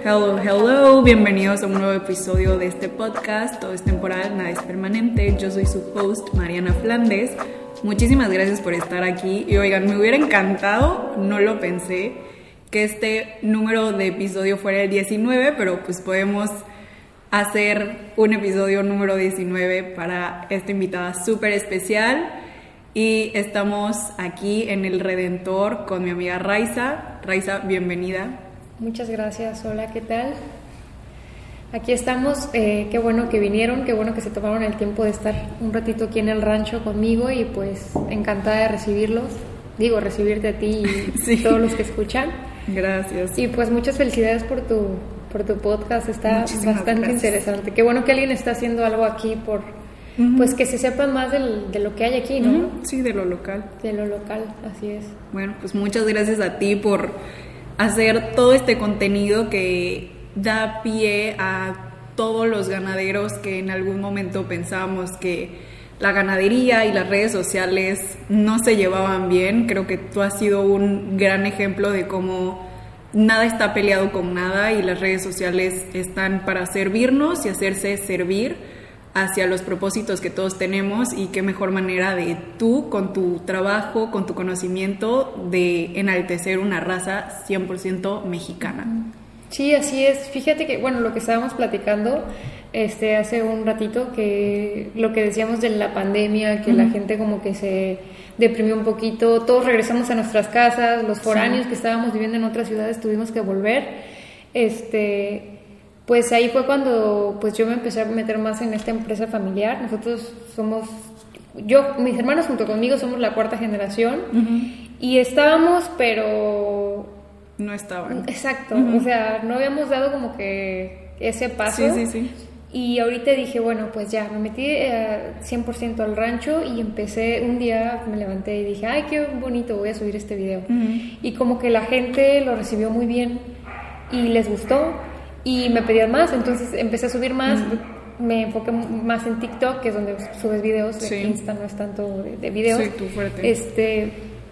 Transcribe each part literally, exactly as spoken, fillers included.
Hello, hello, bienvenidos a un nuevo episodio de este podcast. Todo es temporal, nada es permanente. Yo soy su host, Mariana Flandes. Muchísimas gracias por estar aquí. Y oigan, me hubiera encantado, no lo pensé, que este número de episodio fuera el diecinueve, pero pues podemos hacer un episodio número diecinueve para esta invitada súper especial. Y estamos aquí en El Redentor con mi amiga Raiza. Raiza, bienvenida. Muchas gracias, hola, ¿qué tal? Aquí estamos, eh, qué bueno que vinieron, qué bueno que se tomaron el tiempo de estar un ratito aquí en el rancho conmigo y pues encantada de recibirlos, digo, recibirte a ti y sí. Todos los que escuchan. Gracias. Y pues muchas felicidades por tu, por tu podcast, está Muchísimas bastante gracias. Interesante. Qué bueno que alguien está haciendo algo aquí por, uh-huh. pues que se sepa más del, de lo que hay aquí, ¿no? Uh-huh. Sí, de lo local. De lo local, así es. Bueno, pues muchas gracias a ti por hacer todo este contenido que da pie a todos los ganaderos que en algún momento pensábamos que la ganadería y las redes sociales no se llevaban bien. Creo que tú has sido un gran ejemplo de cómo nada está peleado con nada y las redes sociales están para servirnos y hacerse servir hacia los propósitos que todos tenemos, y qué mejor manera de tú, con tu trabajo, con tu conocimiento, de enaltecer una raza cien por ciento mexicana. Sí, así es. Fíjate que, bueno, lo que estábamos platicando este, hace un ratito, que lo que decíamos de la pandemia, que uh-huh. la gente como que se deprimió un poquito, todos regresamos a nuestras casas, los foráneos sí. que estábamos viviendo en otras ciudades tuvimos que volver, este... Pues ahí fue cuando pues yo me empecé a meter más en esta empresa familiar. Nosotros somos, yo, mis hermanos junto conmigo somos la cuarta generación uh-huh. y estábamos, pero... No estaban. Exacto, uh-huh. o sea, no habíamos dado como que ese paso. Sí, sí, sí. Y ahorita dije, bueno, pues ya, me metí eh, cien por ciento al rancho y empecé, un día me levanté y dije, ay, qué bonito, voy a subir este video. Uh-huh. Y como que la gente lo recibió muy bien y les gustó. Y me pedían más, entonces empecé a subir más, mm. me enfoqué más en TikTok, que es donde subes videos, sí. Insta no es tanto de, de videos. Sí, tú fuerte. Este,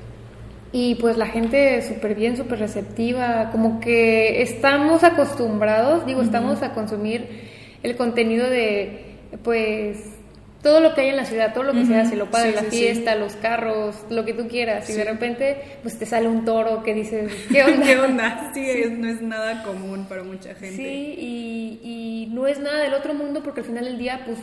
y pues la gente súper bien, súper receptiva, como que estamos acostumbrados, digo, uh-huh. estamos a consumir el contenido de, pues, todo lo que hay en la ciudad, todo lo que uh-huh. se hace, lo padre, sí, la sí, fiesta, sí. los carros, lo que tú quieras, sí. y de repente pues te sale un toro que dices, ¿qué onda? ¿Qué onda? Sí, sí. Es, no es nada común para mucha gente. Sí, y, y no es nada del otro mundo, porque al final del día, pues,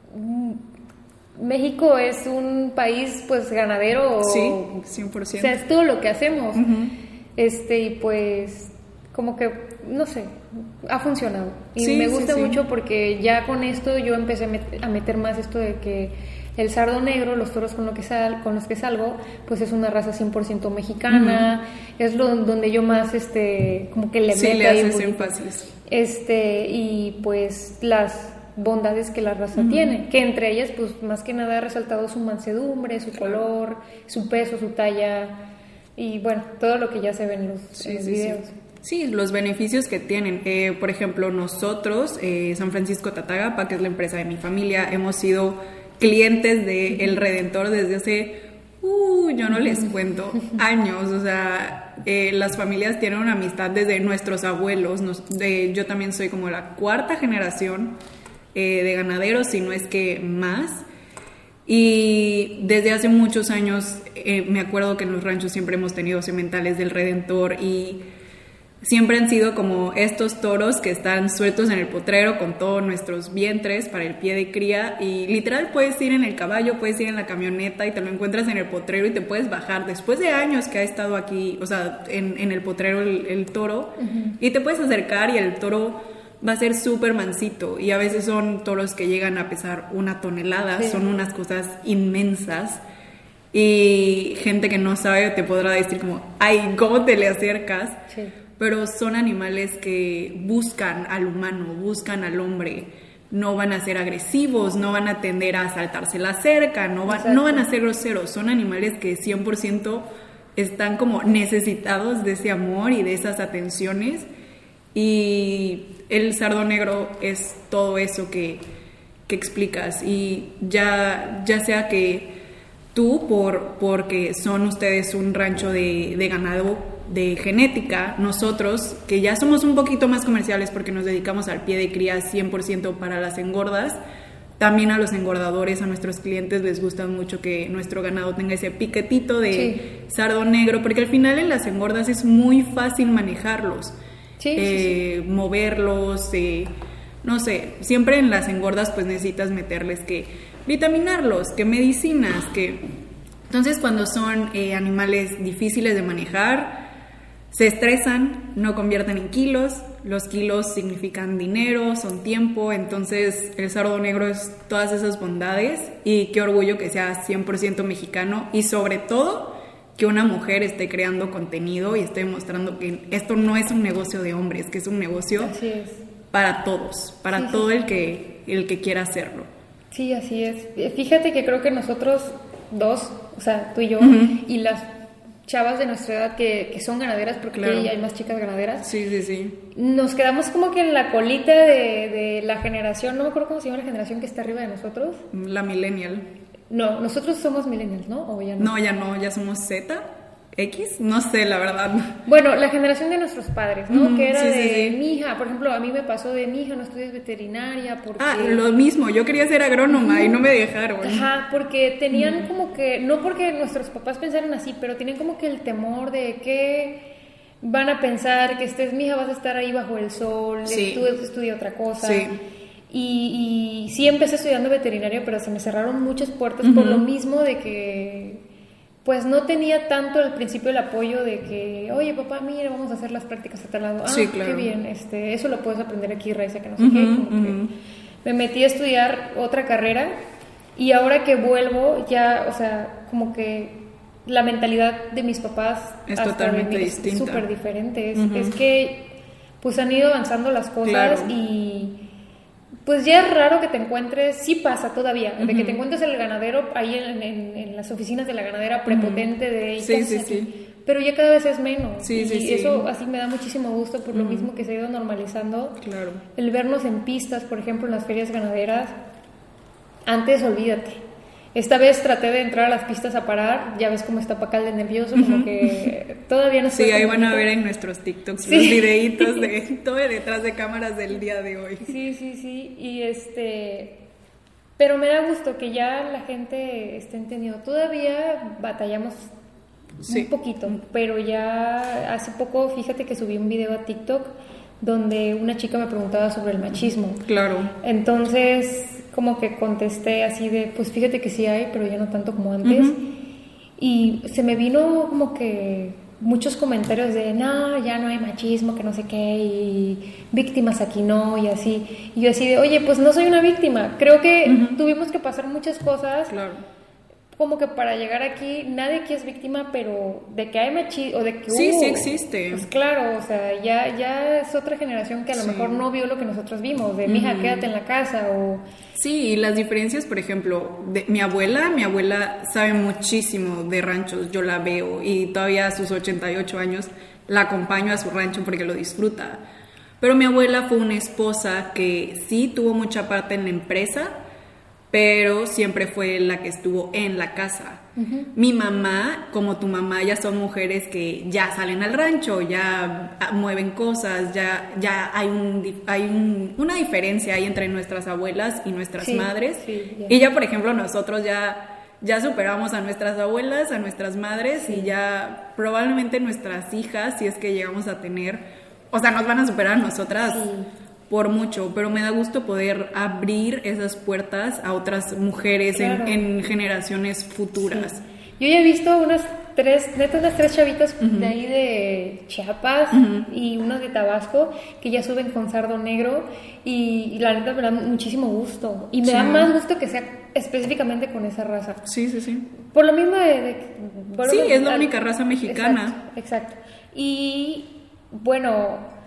México es un país, pues, ganadero. Sí, cien por ciento. O sea, es todo lo que hacemos. Uh-huh. Este, y pues, como que, no sé, ha funcionado. Y sí, me gusta sí, sí. mucho porque ya con esto yo empecé a, met- a meter más esto de que el sardo negro, los toros con, lo que sal, con los que salgo, pues es una raza cien por ciento mexicana. Uh-huh. Es lo donde yo más, este, como que le sí, meto le ahí haces énfasis. Este, y pues las bondades que la raza uh-huh. tiene, que entre ellas, pues más que nada ha resaltado su mansedumbre, su claro. color, su peso, su talla, y bueno, todo lo que ya se ve en los, sí, en los sí, videos. Sí. Sí, los beneficios que tienen. Eh, por ejemplo, nosotros, eh, San Francisco Tatagapa, que es la empresa de mi familia, hemos sido clientes de El Redentor desde hace, uh, yo no les cuento, años. O sea, eh, las familias tienen una amistad desde nuestros abuelos. Nos, de, yo también soy como la cuarta generación eh, de ganaderos, si no es que más. Y desde hace muchos años eh, me acuerdo que en los ranchos siempre hemos tenido sementales del Redentor, y siempre han sido como estos toros que están sueltos en el potrero con todos nuestros vientres para el pie de cría, y literal puedes ir en el caballo, puedes ir en la camioneta y te lo encuentras en el potrero y te puedes bajar después de años que ha estado aquí, o sea, en, en el potrero el, el toro, uh-huh. y te puedes acercar y el toro va a ser súper mansito, y a veces son toros que llegan a pesar una tonelada, sí. son unas cosas inmensas. Y gente que no sabe te podrá decir como, ay, ¿cómo te le acercas? Sí. Pero son animales que buscan al humano, buscan al hombre, no van a ser agresivos, no van a tender a saltarse la cerca, no, va, no van a ser groseros, son animales que cien por ciento están como necesitados de ese amor y de esas atenciones, y el sardo negro es todo eso que, que explicas, y ya, ya sea que tú, por, porque son ustedes un rancho de, de ganado de genética, nosotros, que ya somos un poquito más comerciales porque nos dedicamos al pie de cría cien por ciento para las engordas, también a los engordadores, a nuestros clientes les gusta mucho que nuestro ganado tenga ese piquetito de sí. sardo negro, porque al final en las engordas es muy fácil manejarlos, sí, eh, sí, sí. moverlos, eh, no sé, siempre en las engordas pues necesitas meterles que vitaminarlos, que medicinas, que... Entonces cuando son eh, animales difíciles de manejar, se estresan, no convierten en kilos, los kilos significan dinero, son tiempo, entonces el sardo negro es todas esas bondades y qué orgullo que sea cien por ciento mexicano y sobre todo que una mujer esté creando contenido y esté mostrando que esto no es un negocio de hombres, que es un negocio así es. Para todos, para sí, todo sí. El, que, el que quiera hacerlo. Sí, así es. Fíjate que creo que nosotros dos, o sea, tú y yo, uh-huh. y las chavas de nuestra edad que, que son ganaderas, porque claro. hay más chicas ganaderas. Sí, sí, sí. Nos quedamos como que en la colita de, de la generación, no me acuerdo cómo se llama la generación que está arriba de nosotros. La millennial. No, nosotros somos millennials, ¿no? ¿O ya no? No, ya no, ya somos Z, X, no sé, la verdad. Bueno, la generación de nuestros padres, ¿no? Mm, que era sí, de sí, sí. mi hija, por ejemplo, a mí me pasó de mi hija, no estudias veterinaria porque... Ah, lo mismo, yo quería ser agrónoma uh-huh. y no me dejaron. Ajá, porque tenían uh-huh. como que, no porque nuestros papás pensaran así, pero tenían como que el temor de que van a pensar que estés, mi hija, vas a estar ahí bajo el sol, sí. tú estudias otra cosa. Sí. Y, y sí empecé estudiando veterinaria, pero se me cerraron muchas puertas uh-huh. por lo mismo de que... pues no tenía tanto al principio el apoyo de que, oye papá, mira, vamos a hacer las prácticas a tal lado. Ah, sí, claro. Qué bien, este, eso lo puedes aprender aquí, Raiza, que no sé uh-huh, qué. Como uh-huh. que me metí a estudiar otra carrera y ahora que vuelvo ya, o sea, como que la mentalidad de mis papás es totalmente de, distinta. Es súper diferente. Es, uh-huh. es que pues han ido avanzando las cosas claro. y... pues ya es raro que te encuentres, sí pasa todavía, uh-huh. de que te encuentres el ganadero ahí en, en, en las oficinas de la ganadera prepotente uh-huh. de... Sí, sí, sí. Pero ya cada vez es menos. Sí, y sí, sí. eso así me da muchísimo gusto por uh-huh. lo mismo que se ha ido normalizando. Claro. El vernos en pistas, por ejemplo, en las ferias ganaderas. Antes, olvídate. Esta vez traté de entrar a las pistas a parar, ya ves cómo está Pacal de nervioso, uh-huh. como que todavía no sé. Sí, ahí van a ver en nuestros TikToks sí. los videitos de todo detrás de cámaras del día de hoy. Sí, sí, sí, y este... pero me da gusto que ya la gente esté entendiendo. Todavía batallamos sí. un poquito, pero ya hace poco, fíjate que subí un video a TikTok donde una chica me preguntaba sobre el machismo. Claro. Entonces... como que contesté así de, pues fíjate que sí hay, pero ya no tanto como antes. Uh-huh. Y se me vino como que muchos comentarios de, no, ya no hay machismo, que no sé qué, y víctimas aquí no, y así. Y yo así de, oye, pues no soy una víctima. Creo que uh-huh. tuvimos que pasar muchas cosas. Claro. Como que para llegar aquí, nadie aquí es víctima, pero de que hay machismo, o de que... Sí, uh, sí existe. Pues claro, o sea, ya, ya es otra generación que a lo sí. mejor no vio lo que nosotros vimos, de uh-huh. mija, quédate en la casa, o... Sí, y las diferencias, por ejemplo, de mi abuela, mi abuela sabe muchísimo de ranchos, yo la veo, y todavía a sus ochenta y ocho años la acompaño a su rancho porque lo disfruta. Pero mi abuela fue una esposa que sí tuvo mucha parte en la empresa, pero siempre fue la que estuvo en la casa. Uh-huh. Mi mamá, como tu mamá, ya son mujeres que ya salen al rancho, ya mueven cosas, ya, ya hay, un, hay un, una diferencia ahí entre nuestras abuelas y nuestras sí, madres. Sí, yeah. Y ya, por ejemplo, nosotros ya, ya superamos a nuestras abuelas, a nuestras madres, sí. y ya probablemente nuestras hijas, si es que llegamos a tener, o sea, nos van a superar a nosotras. Sí. Por mucho, pero me da gusto poder abrir esas puertas a otras mujeres claro. en, en generaciones futuras. Sí. Yo ya he visto unas tres, neta, unas tres chavitas uh-huh. de ahí de Chiapas uh-huh. y unas de Tabasco que ya suben con sardo negro y, y la neta me da muchísimo gusto. Y me sí. da más gusto que sea específicamente con esa raza. Sí, sí, sí. Por lo mismo de... de bueno, sí, es la al, única raza mexicana. Exacto, exacto. Y bueno...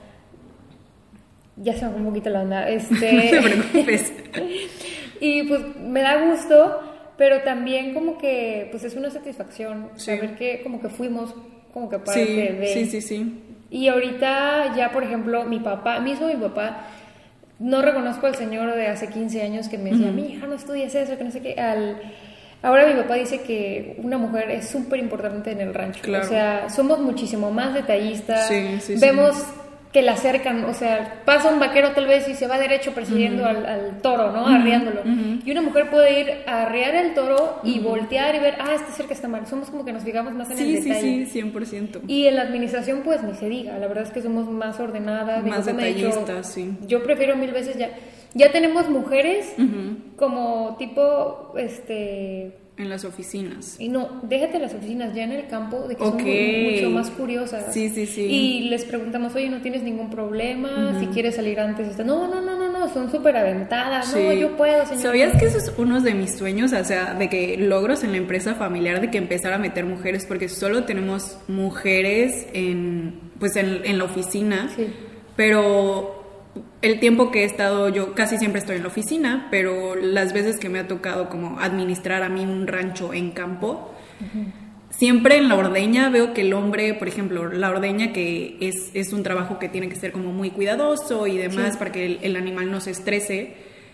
ya se me fue un poquito la onda. Este... no te preocupes. Y pues me da gusto, pero también como que pues es una satisfacción sí. saber que como que fuimos como que parte sí, de... Sí, sí, sí. Y ahorita ya, por ejemplo, mi papá, mismo mi papá, no reconozco al señor de hace quince años que me decía, uh-huh. mi hija, no estudies eso, que no sé qué, al... Ahora mi papá dice que una mujer es súper importante en el rancho. Claro. O sea, somos muchísimo más detallistas. Sí, sí, vemos sí. que la acercan, o sea, pasa un vaquero tal vez y se va derecho persiguiendo uh-huh. al, al toro, ¿no? Uh-huh. Arriándolo. Uh-huh. Y una mujer puede ir a arriar el toro y uh-huh. voltear y ver, ah, este cerca está mal. Somos como que nos fijamos más en sí, el detalle. Sí, sí, cien por ciento. Y en la administración, pues, ni se diga. La verdad es que somos más ordenadas. Más detallistas, sí. Yo prefiero mil veces ya... Ya tenemos mujeres uh-huh. como tipo, este... En las oficinas. Y no, déjate las oficinas, ya en el campo, de que okay. son mucho más curiosas. Sí, sí, sí. Y les preguntamos, oye, ¿no tienes ningún problema? Uh-huh. Si quieres salir antes. Está, no, no, no, no, no, son súper aventadas. Sí. No, yo puedo, señor. ¿Sabías que eso es uno de mis sueños? O sea, de que logros en la empresa familiar, de que empezar a meter mujeres, porque solo tenemos mujeres en, pues en, en la oficina. Sí. Pero... el tiempo que he estado, yo casi siempre estoy en la oficina, pero las veces que me ha tocado como administrar a mí un rancho en campo, uh-huh. siempre en la ordeña veo que el hombre, por ejemplo, la ordeña, que es, es un trabajo que tiene que ser como muy cuidadoso y demás, sí. para que el, el animal no se estrese,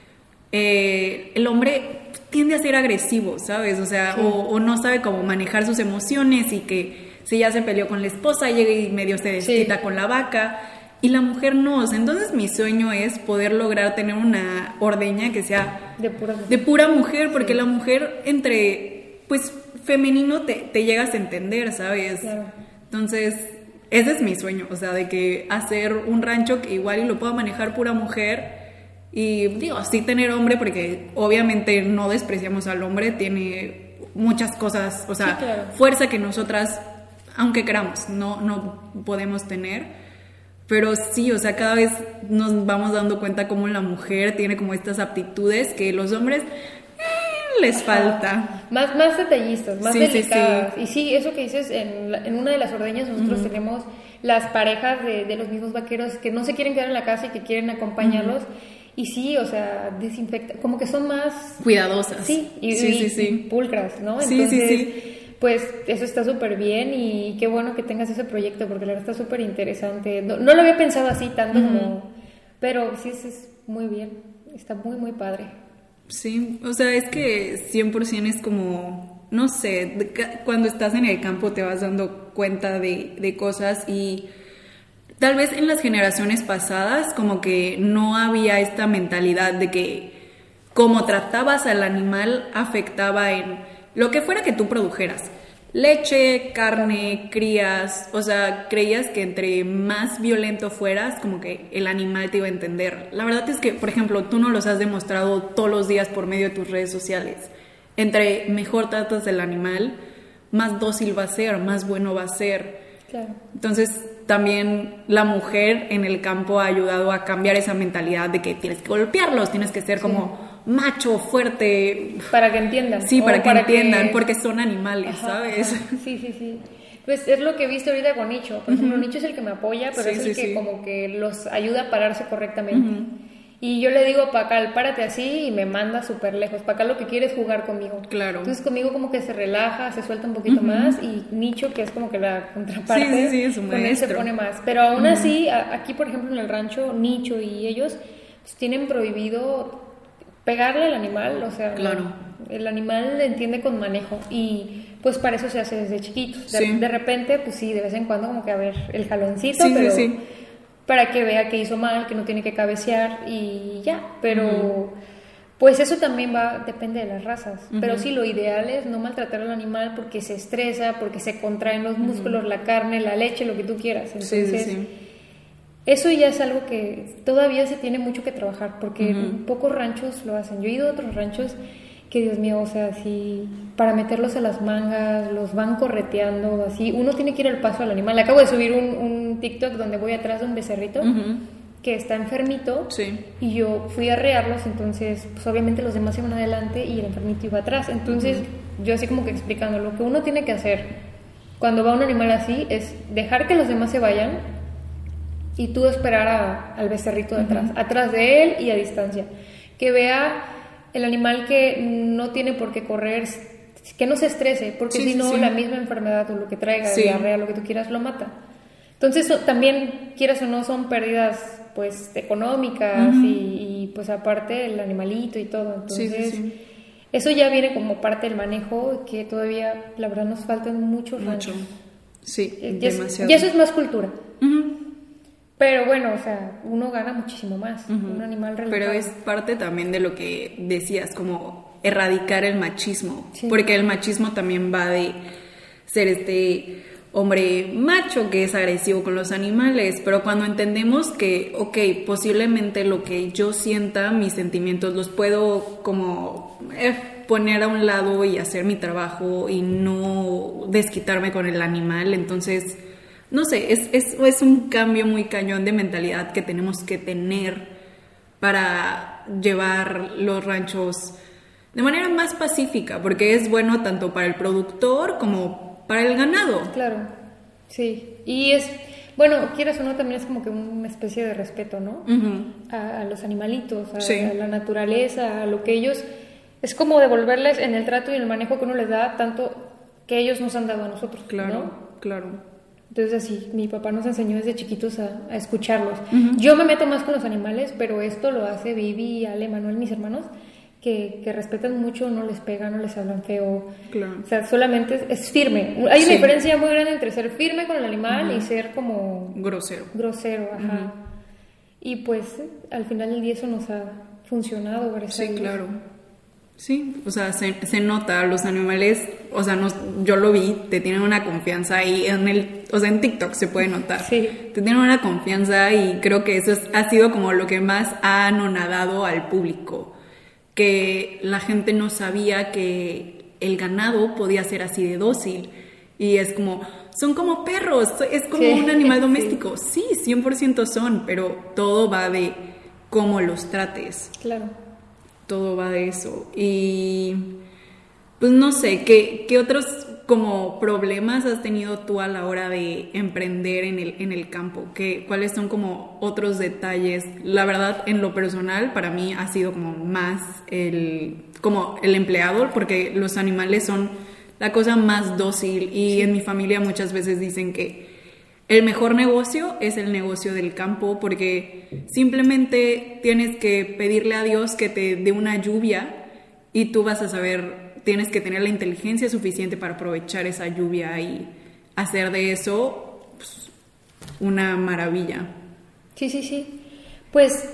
eh, el hombre tiende a ser agresivo, ¿sabes? O sea, sí. o, o no sabe cómo manejar sus emociones, y que si ya se peleó con la esposa, llega y medio se desquita sí. con la vaca. Y la mujer no, o sea, entonces mi sueño es poder lograr tener una ordeña que sea de pura mujer, de pura mujer porque sí. la mujer entre, pues, femenino te, te llegas a entender, ¿sabes? Claro. Entonces, ese es mi sueño, o sea, de que hacer un rancho que igual y lo pueda manejar pura mujer y, digo, sí tener hombre, porque obviamente no despreciamos al hombre, tiene muchas cosas, o sea, sí, claro. fuerza que nosotras, aunque queramos, no, no podemos tener. Pero sí, o sea, cada vez nos vamos dando cuenta cómo la mujer tiene como estas aptitudes que los hombres eh, les falta. Más, más detallistas, más sí, delicadas. Sí, sí. Y sí, eso que dices, en, la, en una de las ordeñas nosotros uh-huh. tenemos las parejas de, de los mismos vaqueros que no se quieren quedar en la casa y que quieren acompañarlos. Uh-huh. Y sí, o sea, desinfecta, como que son más... cuidadosas. Sí, y, sí, y, sí, sí. y pulcras, ¿no? Entonces, sí, sí, sí. Pues eso está súper bien y qué bueno que tengas ese proyecto porque la verdad está súper interesante. No, no lo había pensado así tanto uh-huh. como... Pero sí, es, es muy bien, está muy, muy padre. Sí, o sea, es que cien por ciento es como, no sé, cuando estás en el campo te vas dando cuenta de, de cosas y tal vez en las generaciones pasadas como que no había esta mentalidad de que como tratabas al animal afectaba en... lo que fuera que tú produjeras, leche, carne, crías, o sea, creías que entre más violento fueras, como que el animal te iba a entender. La verdad es que, por ejemplo, tú no los has demostrado todos los días por medio de tus redes sociales. Entre mejor tratas del animal, más dócil va a ser, más bueno va a ser. Claro. Entonces, también la mujer en el campo ha ayudado a cambiar esa mentalidad de que tienes que golpearlos, tienes que ser sí. como... macho, fuerte. Para que entiendan. Sí, para que para entiendan, que... porque son animales, ajá, ¿sabes? Ajá. Sí, sí, sí. Pues es lo que he visto ahorita con Nicho. Por ejemplo, uh-huh. Nicho es el que me apoya, pero sí, es el sí, que sí. como que los ayuda a pararse correctamente. Uh-huh. Y yo le digo a Pacal, párate así, y me manda súper lejos. Pacal lo que quiere es jugar conmigo. Claro. Entonces conmigo como que se relaja, se suelta un poquito uh-huh. más, y Nicho, que es como que la contraparte, sí, sí, sí, es un con él se pone más. Pero aún uh-huh. así, a, aquí por ejemplo en el rancho, Nicho y ellos pues, tienen prohibido pegarle al animal, o sea, claro. el animal entiende con manejo y pues para eso se hace desde chiquitos. De, sí. de repente, pues sí, de vez en cuando como que a ver el jaloncito, sí, pero sí, sí. para que vea que hizo mal, que no tiene que cabecear y ya, pero uh-huh. pues eso también va, depende de las razas, uh-huh. pero sí, lo ideal es no maltratar al animal porque se estresa, porque se contraen los músculos, uh-huh. la carne, la leche, lo que tú quieras, entonces... Sí, sí, sí. Eso ya es algo que todavía se tiene mucho que trabajar, porque uh-huh. pocos ranchos lo hacen. Yo he ido a otros ranchos que, Dios mío, o sea, así, para meterlos a las mangas, los van correteando, así. Uno tiene que ir al paso al animal. Acabo de subir un, un TikTok donde voy atrás de un becerrito uh-huh. que está enfermito, sí. y yo fui a arrearlos, entonces, pues obviamente los demás iban adelante y el enfermito iba atrás. Entonces, uh-huh. yo así como que explicando, lo que uno tiene que hacer cuando va un animal así es dejar que los demás se vayan y tú esperar a, al becerrito detrás, uh-huh. atrás de él y a distancia. Que vea el animal que no tiene por qué correr, que no se estrese, porque sí, si no, sí. la misma enfermedad o lo que traiga, sí. diarrea, lo que tú quieras, lo mata. Entonces, también, quieras o no, son pérdidas pues económicas uh-huh. y, y pues aparte el animalito y todo. Entonces, sí, sí, sí. Eso ya viene como parte del manejo, que todavía, la verdad, nos faltan muchos ranchos. Mucho. Sí, y demasiado. Y eso es más cultura. Uh-huh. Pero bueno, o sea, uno gana muchísimo más, uh-huh. un animal relajado. Pero es parte también de lo que decías, como erradicar el machismo. Sí. Porque el machismo también va de ser este hombre macho que es agresivo con los animales, pero cuando entendemos que, ok, posiblemente lo que yo sienta, mis sentimientos, los puedo como eh, poner a un lado y hacer mi trabajo y no desquitarme con el animal, entonces, no sé, es, es, es un cambio muy cañón de mentalidad que tenemos que tener para llevar los ranchos de manera más pacífica, porque es bueno tanto para el productor como para el ganado. Claro, sí. Y es, bueno, quieras o no, también es como que una especie de respeto, ¿no? Uh-huh. A, a los animalitos, a, sí. a la naturaleza, a lo que ellos... Es como devolverles en el trato y el manejo que uno les da tanto que ellos nos han dado a nosotros, claro, ¿no? Claro. Entonces así, mi papá nos enseñó desde chiquitos a, a escucharlos. Uh-huh. Yo me meto más con los animales, pero esto lo hace Vivi, Ale, Manuel, mis hermanos, que, que respetan mucho, no les pegan, no les hablan feo. Claro. O sea, solamente es, es firme. Hay una sí. diferencia muy grande entre ser firme con el animal uh-huh. y ser como... Grosero. Grosero, ajá. Uh-huh. Y pues al final del día eso nos ha funcionado. Sí, años. Claro. Sí, o sea, se, se nota, los animales, o sea, nos, yo lo vi, te tienen una confianza y en el, o sea, en TikTok se puede notar. Sí. Te tienen una confianza y creo que eso es, ha sido como lo que más ha anonadado al público. Que la gente no sabía que el ganado podía ser así de dócil. Y es como, son como perros, es como sí, un animal doméstico. Sí, sí, cien por ciento son, pero todo va de cómo los trates. Claro. Todo va de eso. Y pues no sé, ¿qué, qué otros como problemas has tenido tú a la hora de emprender en el, en el campo? ¿Qué, ¿Cuáles son como otros detalles? La verdad, en lo personal, para mí ha sido como más el, como el empleado, porque los animales son la cosa más dócil y sí. En mi familia muchas veces dicen que el mejor negocio es el negocio del campo, porque simplemente tienes que pedirle a Dios que te dé una lluvia y tú vas a saber... Tienes que tener la inteligencia suficiente para aprovechar esa lluvia y hacer de eso pues, una maravilla. Sí, sí, sí. Pues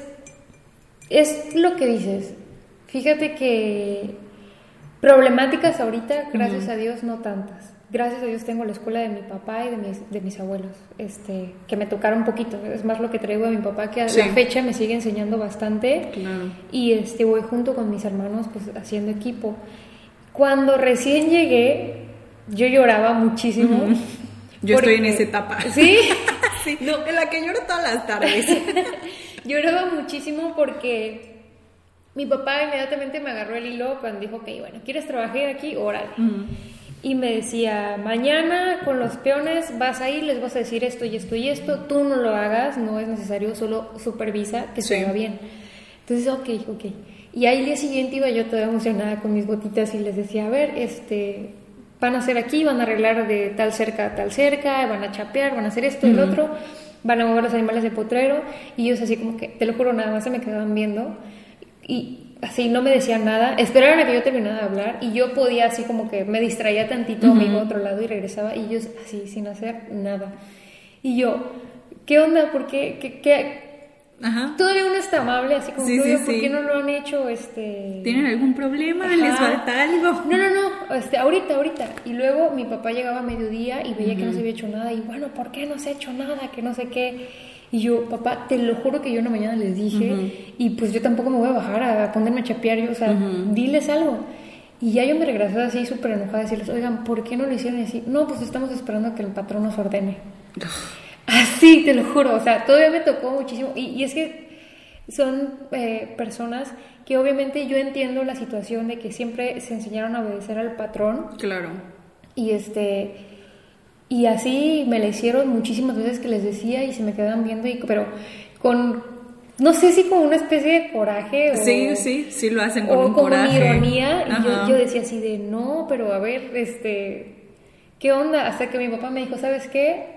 es lo que dices. Fíjate que problemáticas ahorita, gracias uh-huh. a Dios, no tantas. Gracias a Dios tengo la escuela de mi papá y de mis, de mis abuelos, este, que me tocaron un poquito. Es más lo que traigo de mi papá, que a sí. la fecha me sigue enseñando bastante. Claro. Y este, voy junto con mis hermanos pues haciendo equipo. Cuando recién llegué, yo lloraba muchísimo. Uh-huh. Yo porque... estoy en esa etapa. ¿Sí? Sí, no, en la que lloro todas las tardes. Lloraba muchísimo porque mi papá inmediatamente me agarró el hilo cuando dijo, ok, bueno, ¿quieres trabajar aquí? Órale. Uh-huh. Y me decía, mañana con los peones vas a ir, les vas a decir esto y esto y esto, tú no lo hagas, no es necesario, solo supervisa que se sí. haga bien. Entonces, ok, ok. Y ahí el día siguiente iba yo toda emocionada con mis botitas y les decía, a ver, este, van a hacer aquí, van a arreglar de tal cerca a tal cerca, van a chapear, van a hacer esto y uh-huh. el otro, van a mover los animales de potrero, y ellos así como que, te lo juro, nada más se me quedaban viendo, y así no me decían nada, esperaron a que yo terminara de hablar, y yo podía así como que me distraía tantito, uh-huh. me iba a otro lado y regresaba, y ellos así, sin hacer nada. Y yo, ¿qué onda? ¿Por qué? ¿Qué? qué? Ajá. Todavía uno está amable, así como, sí, sí, sí, ¿por sí. qué no lo han hecho? Este... ¿Tienen algún problema? Ajá. ¿Les falta algo? No, no, no, este, ahorita, ahorita. Y luego mi papá llegaba a mediodía y veía uh-huh. que no se había hecho nada. Y bueno, ¿por qué no se ha hecho nada? Que no sé qué. Y yo, papá, te lo juro que yo una mañana les dije, uh-huh. y pues yo tampoco me voy a bajar a ponerme a chapear, yo, o sea, uh-huh. diles algo. Y ya yo me regresé así súper enojada a decirles, oigan, ¿por qué no lo hicieron así? No, pues estamos esperando a que el patrón nos ordene. Así, te lo juro, o sea, todavía me tocó muchísimo. Y, y es que son eh, personas que obviamente yo entiendo la situación de que siempre se enseñaron a obedecer al patrón. Claro. Y este y así me la hicieron muchísimas veces que les decía y se me quedaban viendo, y, pero con, no sé si con una especie de coraje o... Sí, sí, sí lo hacen con o un con coraje. ironía. Y yo, yo decía así de, no, pero a ver, este, ¿qué onda? Hasta que mi papá me dijo, ¿sabes qué?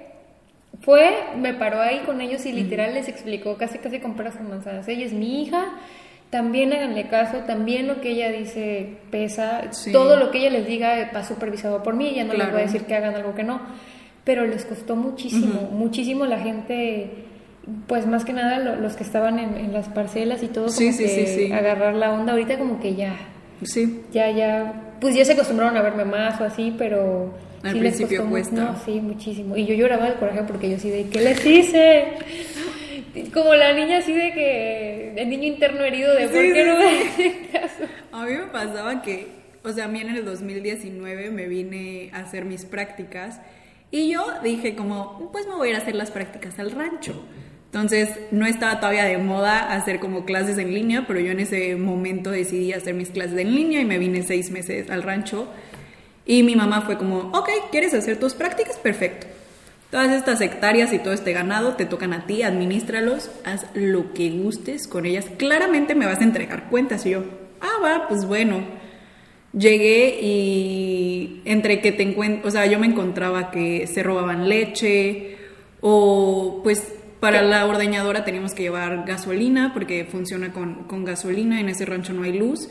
Fue, me paró ahí con ellos y literal uh-huh. les explicó casi casi con peras con manzanas. Ella es mi hija, también háganle caso, también lo que ella dice pesa, sí. todo lo que ella les diga va supervisado por mí, ella no claro. les va a decir que hagan algo que no, pero les costó muchísimo, uh-huh. muchísimo la gente, pues más que nada lo, los que estaban en, en las parcelas y todo, como sí, sí, que sí, sí. agarrar la onda, ahorita como que ya, sí. ya, ya, pues ya se acostumbraron a verme más o así, pero al sí principio les costó cuesta. No, sí, muchísimo, y yo lloraba del coraje porque yo sí de, ¿qué les hice? Como la niña así de que, el niño interno herido de, sí, ¿por qué sí, no sí. me hacen caso? A mí me pasaba que, o sea, a mí en el dos mil diecinueve me vine a hacer mis prácticas y yo dije como, pues me voy a ir a hacer las prácticas al rancho. Entonces no estaba todavía de moda hacer como clases en línea, pero yo en ese momento decidí hacer mis clases en línea y me vine seis meses al rancho. Y mi mamá fue como, ok, ¿quieres hacer tus prácticas? Perfecto. Todas estas hectáreas y todo este ganado te tocan a ti, administralos, haz lo que gustes con ellas. Claramente me vas a entregar cuentas. Y yo, ah, va, pues bueno. Llegué y entre que te encuentro, o sea, yo me encontraba que se robaban leche o pues para la ordeñadora teníamos que llevar gasolina porque funciona con, con gasolina, en ese rancho no hay luz.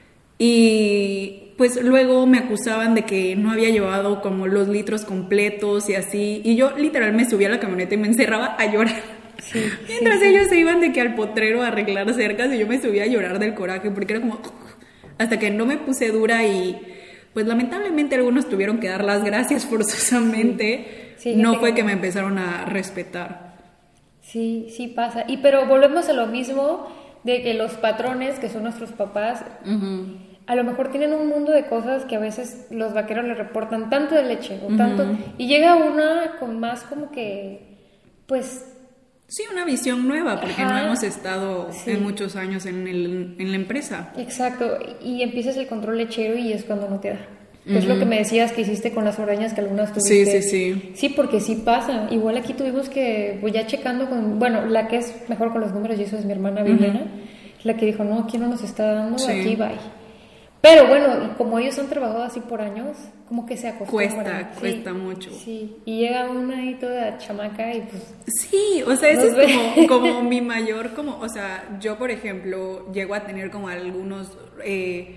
Y pues luego me acusaban de que no había llevado como los litros completos y así, y yo literal me subía a la camioneta y me encerraba a llorar. Sí, mientras sí, ellos sí. se iban de que al potrero a arreglar cercas y yo me subía a llorar del coraje porque era como hasta que no me puse dura y pues lamentablemente algunos tuvieron que dar las gracias forzosamente. Sí. Sí, no fue que me empezaron a respetar. Sí, sí pasa. Y pero volvemos a lo mismo de que los patrones que son nuestros papás uh-huh. a lo mejor tienen un mundo de cosas que a veces los vaqueros le reportan tanto de leche o uh-huh. tanto y llega una con más como que pues sí, una visión nueva porque ajá, no hemos estado sí. en muchos años en, el, en la empresa. Exacto, y empiezas el control lechero y es cuando no te da. Uh-huh. Es lo que me decías que hiciste con las ordeñas que algunas tuviste. Sí, sí, sí. Sí, porque sí pasa. Igual aquí tuvimos que, pues ya checando con, bueno, la que es mejor con los números y eso es mi hermana Viviana, uh-huh. la que dijo, no, aquí no nos está dando, sí. aquí bye. Pero bueno, y como ellos han trabajado así por años, como que se acostumbran. Cuesta, sí, cuesta mucho. Sí, y llega una ahí toda chamaca y pues... Sí, o sea, eso es como, como mi mayor, como, o sea, yo por ejemplo llego a tener como algunos eh,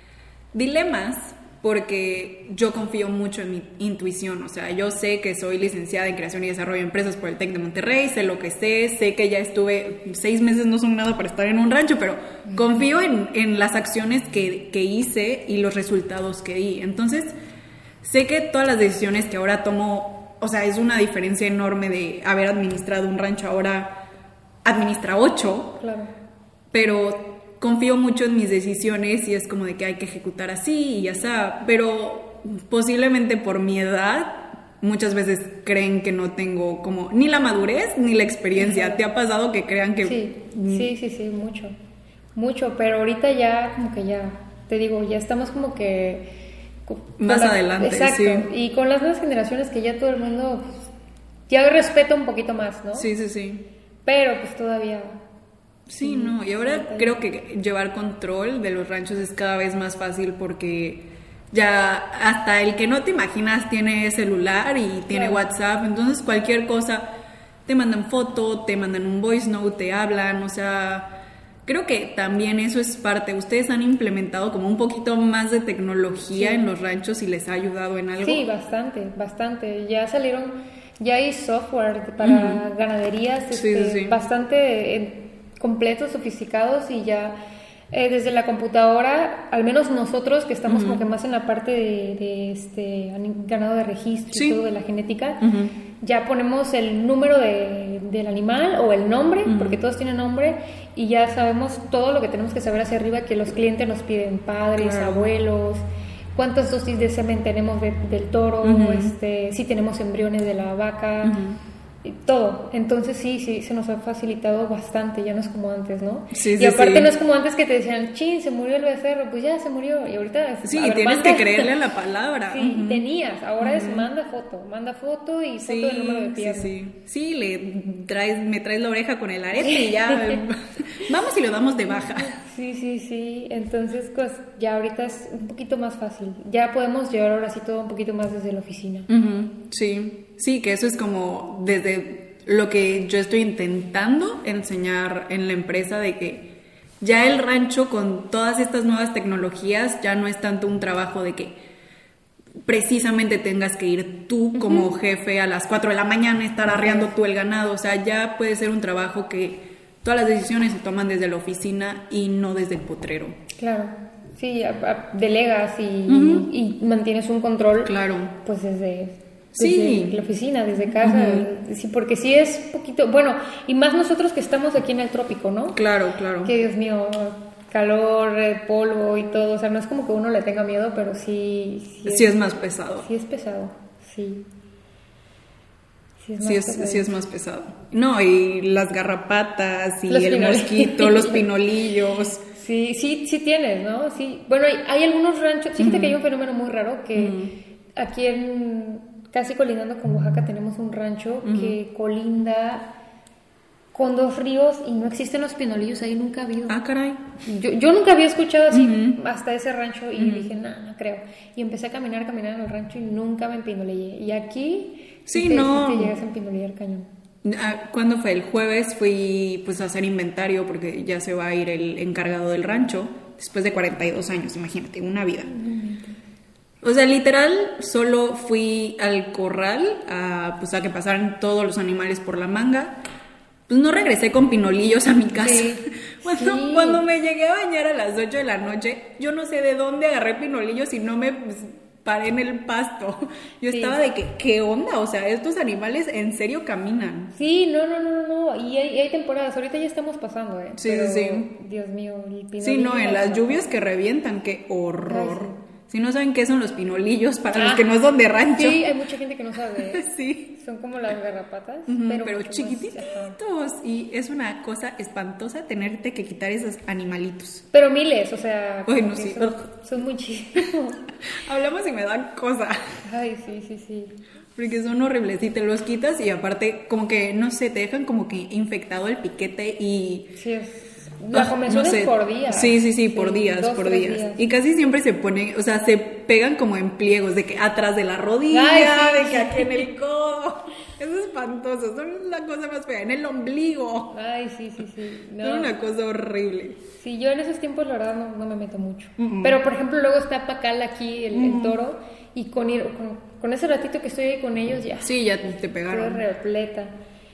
dilemas porque yo confío mucho en mi intuición, o sea, yo sé que soy licenciada en Creación y Desarrollo de Empresas por el TEC de Monterrey, sé lo que sé, sé que ya estuve, seis meses no son nada para estar en un rancho, pero confío en, en las acciones que, que hice y los resultados que di, entonces sé que todas las decisiones que ahora tomo, o sea, es una diferencia enorme de haber administrado un rancho, ahora administra ocho, claro. pero... confío mucho en mis decisiones y es como de que hay que ejecutar así y ya está, pero posiblemente por mi edad muchas veces creen que no tengo como ni la madurez ni la experiencia. Uh-huh. ¿Te ha pasado que crean que...? Sí, sí, sí, sí, mucho, mucho, pero ahorita ya como que ya, te digo, ya estamos como que... Más la, adelante, exacto, sí. Y con las nuevas generaciones que ya todo el mundo pues, ya respeta un poquito más, ¿no? Sí, sí, sí. Pero pues todavía... Sí, no, y ahora creo que llevar control de los ranchos es cada vez más fácil porque ya hasta el que no te imaginas tiene celular y tiene claro. WhatsApp, entonces cualquier cosa te mandan foto, te mandan un voice note, te hablan, o sea, creo que también eso es parte. ¿Ustedes han implementado como un poquito más de tecnología sí. en los ranchos y les ha ayudado en algo? Sí, bastante, bastante. Ya salieron, ya hay software para uh-huh. ganaderías, sí, este, sí, sí. bastante... Eh, completos, sofisticados y ya eh, desde la computadora, al menos nosotros que estamos uh-huh. como que más en la parte de, de este ganado de registro sí. y todo de la genética, uh-huh. ya ponemos el número de, del animal o el nombre, uh-huh. porque todos tienen nombre y ya sabemos todo lo que tenemos que saber hacia arriba que los clientes nos piden, padres, claro. abuelos, cuántas dosis de semen tenemos de, del toro, uh-huh. este, si tenemos embriones de la vaca, uh-huh. todo, entonces sí, sí, se nos ha facilitado bastante, ya no es como antes, ¿no? Sí, y sí, aparte sí. no es como antes que te decían, chin, se murió el becerro, pues ya se murió, y ahorita... Sí, ver, tienes manda, que creerle a la palabra. Sí, uh-huh. tenías, ahora uh-huh. es manda foto, manda foto y foto sí, del número de pierna. Sí, sí, sí, le traes, me traes la oreja con el arete y ya, vamos y lo damos de baja. Sí, sí, sí, entonces pues ya ahorita es un poquito más fácil, ya podemos llevar ahora sí todo un poquito más desde la oficina. Uh-huh. Sí, sí, que eso es como desde... lo que yo estoy intentando enseñar en la empresa de que Ya el rancho con todas estas nuevas tecnologías ya no es tanto un trabajo de que precisamente tengas que ir tú como uh-huh. jefe a las cuatro de la mañana, estar arreando tú el ganado. O sea, ya puede ser un trabajo que todas las decisiones se toman desde la oficina y no desde el potrero. Claro, sí, a, a, delegas y, uh-huh. y mantienes un control. Claro. Pues desde, desde sí. la oficina, desde casa. Uh-huh. Sí, porque sí es poquito, bueno, y más nosotros que estamos aquí en el trópico, ¿no? Claro, claro. Que Dios mío, calor, polvo y todo, o sea, no es como que uno le tenga miedo, pero sí... Sí es, sí es más pesado. Sí es pesado, sí. Sí es, sí, es, sí es más pesado. No, y las garrapatas y los el mosquito, los pinolillos. Sí, sí, sí tienes, ¿no? Sí. Bueno, hay, hay algunos ranchos, fíjate uh-huh. que hay un fenómeno muy raro que uh-huh. aquí en, casi colindando con Oaxaca tenemos un rancho uh-huh. que colinda con dos ríos y no existen los pinolillos ahí, nunca ha habido. Ah, caray. Yo, yo nunca había escuchado así uh-huh. hasta ese rancho y uh-huh. dije, no, no creo. Y empecé a caminar, caminar en el rancho y nunca me empinolillé. Y aquí sí, te, no. te llegas a empinolillar cañón. ¿Cuándo fue? El jueves fui pues a hacer inventario porque ya se va a ir el encargado del rancho después de cuarenta y dos años, imagínate, una vida. Uh-huh. O sea, literal, solo fui al corral a, pues, a que pasaran todos los animales por la manga. Pues no regresé con pinolillos a mi casa. Sí, cuando, sí. cuando me llegué a bañar a las ocho de la noche, yo no sé de dónde agarré pinolillos y no me pues, paré en el pasto. Yo sí. estaba de que, ¿qué onda? O sea, estos animales en serio caminan. Sí, no, no, no, no. Y hay, hay temporadas, ahorita ya estamos pasando, ¿eh? Sí, Pero, sí. Dios mío, el pinolillo. Sí, no, en las lluvias que revientan, qué horror. Ay, sí. Si no saben qué son los pinolillos, para ah, los que no son de rancho. Sí, hay mucha gente que no sabe. Sí. Son como las garrapatas, uh-huh, pero, pero chiquititos. Más, y es una cosa espantosa tenerte que quitar esos animalitos. Pero miles, o sea, Ay, no, sí. son, son muchísimos. Hablamos y me dan cosa. Ay, sí, sí, sí. Porque son horribles y te los quitas y aparte como que, no sé, te dejan como que infectado el piquete y... Sí, es... La comezón no sé. Es por día. Sí, sí, sí, por sí, días, dos, por días. días. Y casi siempre se ponen, o sea, se pegan como en pliegos, de que atrás de la rodilla, ay, sí, de que aquí en el codo. Es espantoso, son la cosa más fea, en el ombligo. Ay, sí, sí, sí. No. Es una cosa horrible. Sí, yo en esos tiempos la verdad no, no me meto mucho. Uh-uh. Pero, por ejemplo, luego está Pacal aquí, el, uh-uh. el toro, y con, ir, con, con ese ratito que estoy ahí con ellos ya. Sí, ya te pegaron. Estoy repleta.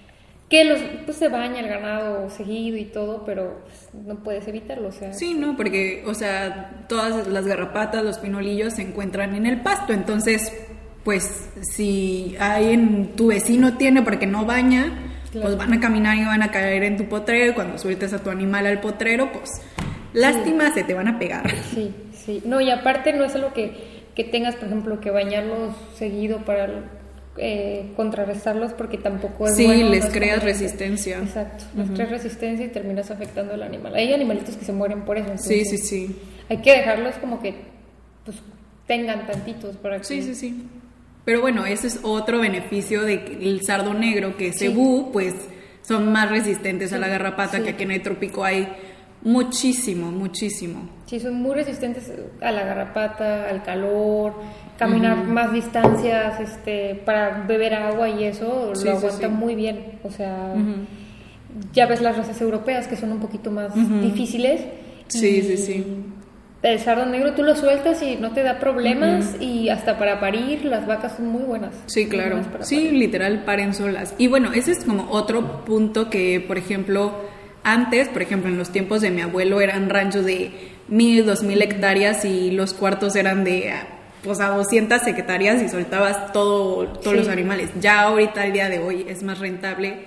Que los, pues se baña el ganado seguido y todo, pero pues, no puedes evitarlo, o sea... Sí, no, porque, o sea, todas las garrapatas, los pinolillos se encuentran en el pasto, entonces, pues, si alguien, tu vecino tiene porque no baña, claro. pues van a caminar y van a caer en tu potrero, y cuando sueltes a tu animal al potrero, pues, lástima, sí. se te van a pegar. Sí, sí. No, y aparte no es algo que, que tengas, por ejemplo, que bañarlos seguido para... Eh, contrarrestarlos porque tampoco es sí, bueno. les no creas resistencia. Exacto, les uh-huh. creas resistencia y terminas afectando al animal. Hay animalitos que se mueren por eso. Sí, sí, sí. Hay que dejarlos como que pues tengan tantitos para que... Sí, sí, sí. Pero bueno, ese es otro beneficio del sardo negro, que sí. cebú, pues son más resistentes sí. a la garrapata, sí. que aquí en el trópico hay muchísimo, muchísimo. Sí, son muy resistentes a la garrapata, al calor, caminar uh-huh. más distancias, este, para beber agua y eso sí, lo aguanta sí, sí. muy bien. O sea, uh-huh. ya ves las razas europeas que son un poquito más uh-huh. difíciles. Sí, sí, sí. El sardo negro tú lo sueltas y no te da problemas uh-huh. y hasta para parir las vacas son muy buenas. Sí, claro. Sí, parir. Literal paren solas. Y bueno, ese es como otro punto que, por ejemplo, antes, por ejemplo, en los tiempos de mi abuelo eran ranchos de mil, dos mil hectáreas y los cuartos eran de pues a doscientas hectáreas y soltabas todo, todos sí. los animales. Ya ahorita, al día de hoy, es más rentable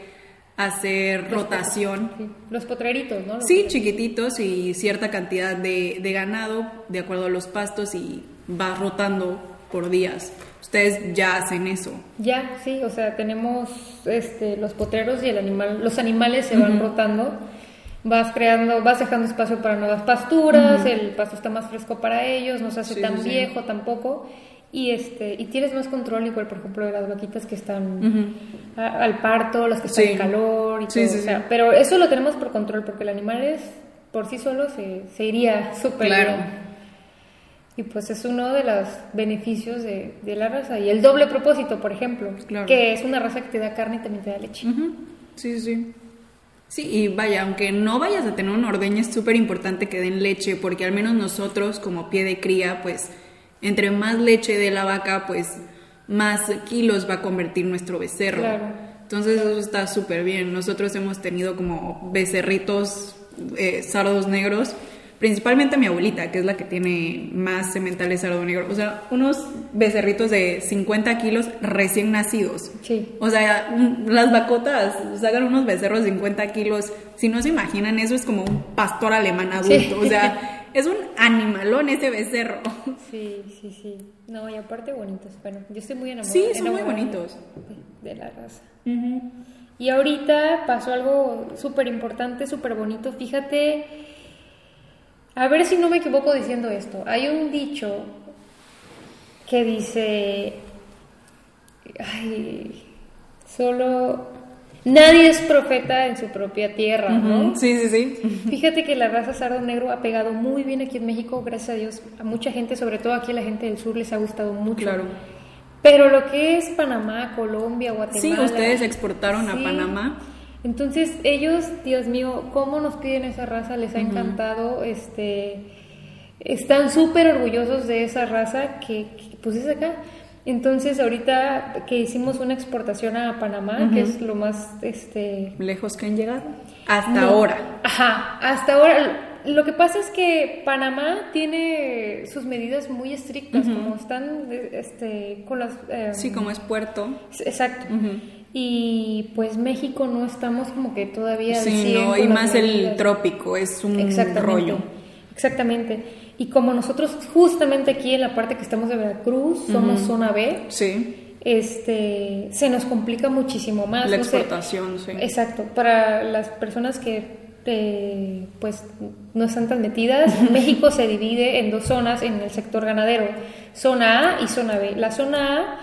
hacer los rotación. Sí. Los potreritos, ¿no? Los sí, chiquititos y cierta cantidad de, de ganado de acuerdo a los pastos y vas rotando por días. Ustedes ya hacen eso. Ya, sí, o sea, tenemos este, los potreros y el animal, los animales se van uh-huh. rotando. Vas creando, vas dejando espacio para nuevas pasturas, uh-huh. el pasto está más fresco para ellos, no se hace sí, tan sí, viejo sí. tampoco, y este y tienes más control igual, por ejemplo, de las vaquitas que están uh-huh. a, al parto, las que están sí. en calor y sí, todo, sí, o sea, sí. pero eso lo tenemos por control porque el animal es, por sí solo se, se iría súper claro. bien. Y pues es uno de los beneficios de, de la raza. Y el doble propósito, por ejemplo, claro. que es una raza que te da carne y también te da leche. Uh-huh. Sí, sí. Sí, y vaya, aunque no vayas a tener una ordeña, es súper importante que den leche, porque al menos nosotros, como pie de cría, pues entre más leche de la vaca, pues más kilos va a convertir nuestro becerro. Claro. Entonces eso está súper bien. Nosotros hemos tenido como becerritos, eh, sardos negros, principalmente mi abuelita, que es la que tiene más sementales sardo negro. O sea, unos becerritos de cincuenta kilos recién nacidos. Sí. O sea, un, las vacotas sacan unos becerros de cincuenta kilos. Si no se imaginan, eso es como un pastor alemán adulto. Sí. O sea, es un animalón ese becerro. Sí, sí, sí. No, y aparte bonitos. Bueno, yo estoy muy enamorada. Sí, son muy bonitos. De, de la raza. Uh-huh. Y ahorita pasó algo súper importante, súper bonito. Fíjate, a ver si no me equivoco diciendo esto. Hay un dicho que dice, ay, solo nadie es profeta en su propia tierra, ¿no? Uh-huh. Sí, sí, sí. Fíjate que la raza sardo negro ha pegado muy bien aquí en México, gracias a Dios. A mucha gente, sobre todo aquí a la gente del sur, les ha gustado mucho. Claro. Pero lo que es Panamá, Colombia, Guatemala... Sí, ustedes exportaron sí. a Panamá. Entonces ellos, Dios mío, cómo nos piden esa raza, les ha uh-huh. encantado, este, están súper orgullosos de esa raza que, que pues es acá. Entonces ahorita que hicimos una exportación a Panamá, uh-huh. que es lo más, este, lejos que han llegado, hasta no, ahora. Ajá, hasta ahora. Lo que pasa es que Panamá tiene sus medidas muy estrictas, uh-huh. como están, este, con las, eh, sí, como es puerto. Exacto. Uh-huh. Y pues México no estamos como que todavía al sí, no, y más medidas. El trópico, es un rollo. Exactamente. Y como nosotros justamente aquí en la parte que estamos de Veracruz, somos uh-huh. zona B, sí. este, se nos complica muchísimo más. La exportación, sé, sí. Exacto. Para las personas que eh, pues no están tan metidas, México se divide en dos zonas en el sector ganadero, zona A y zona B. La zona A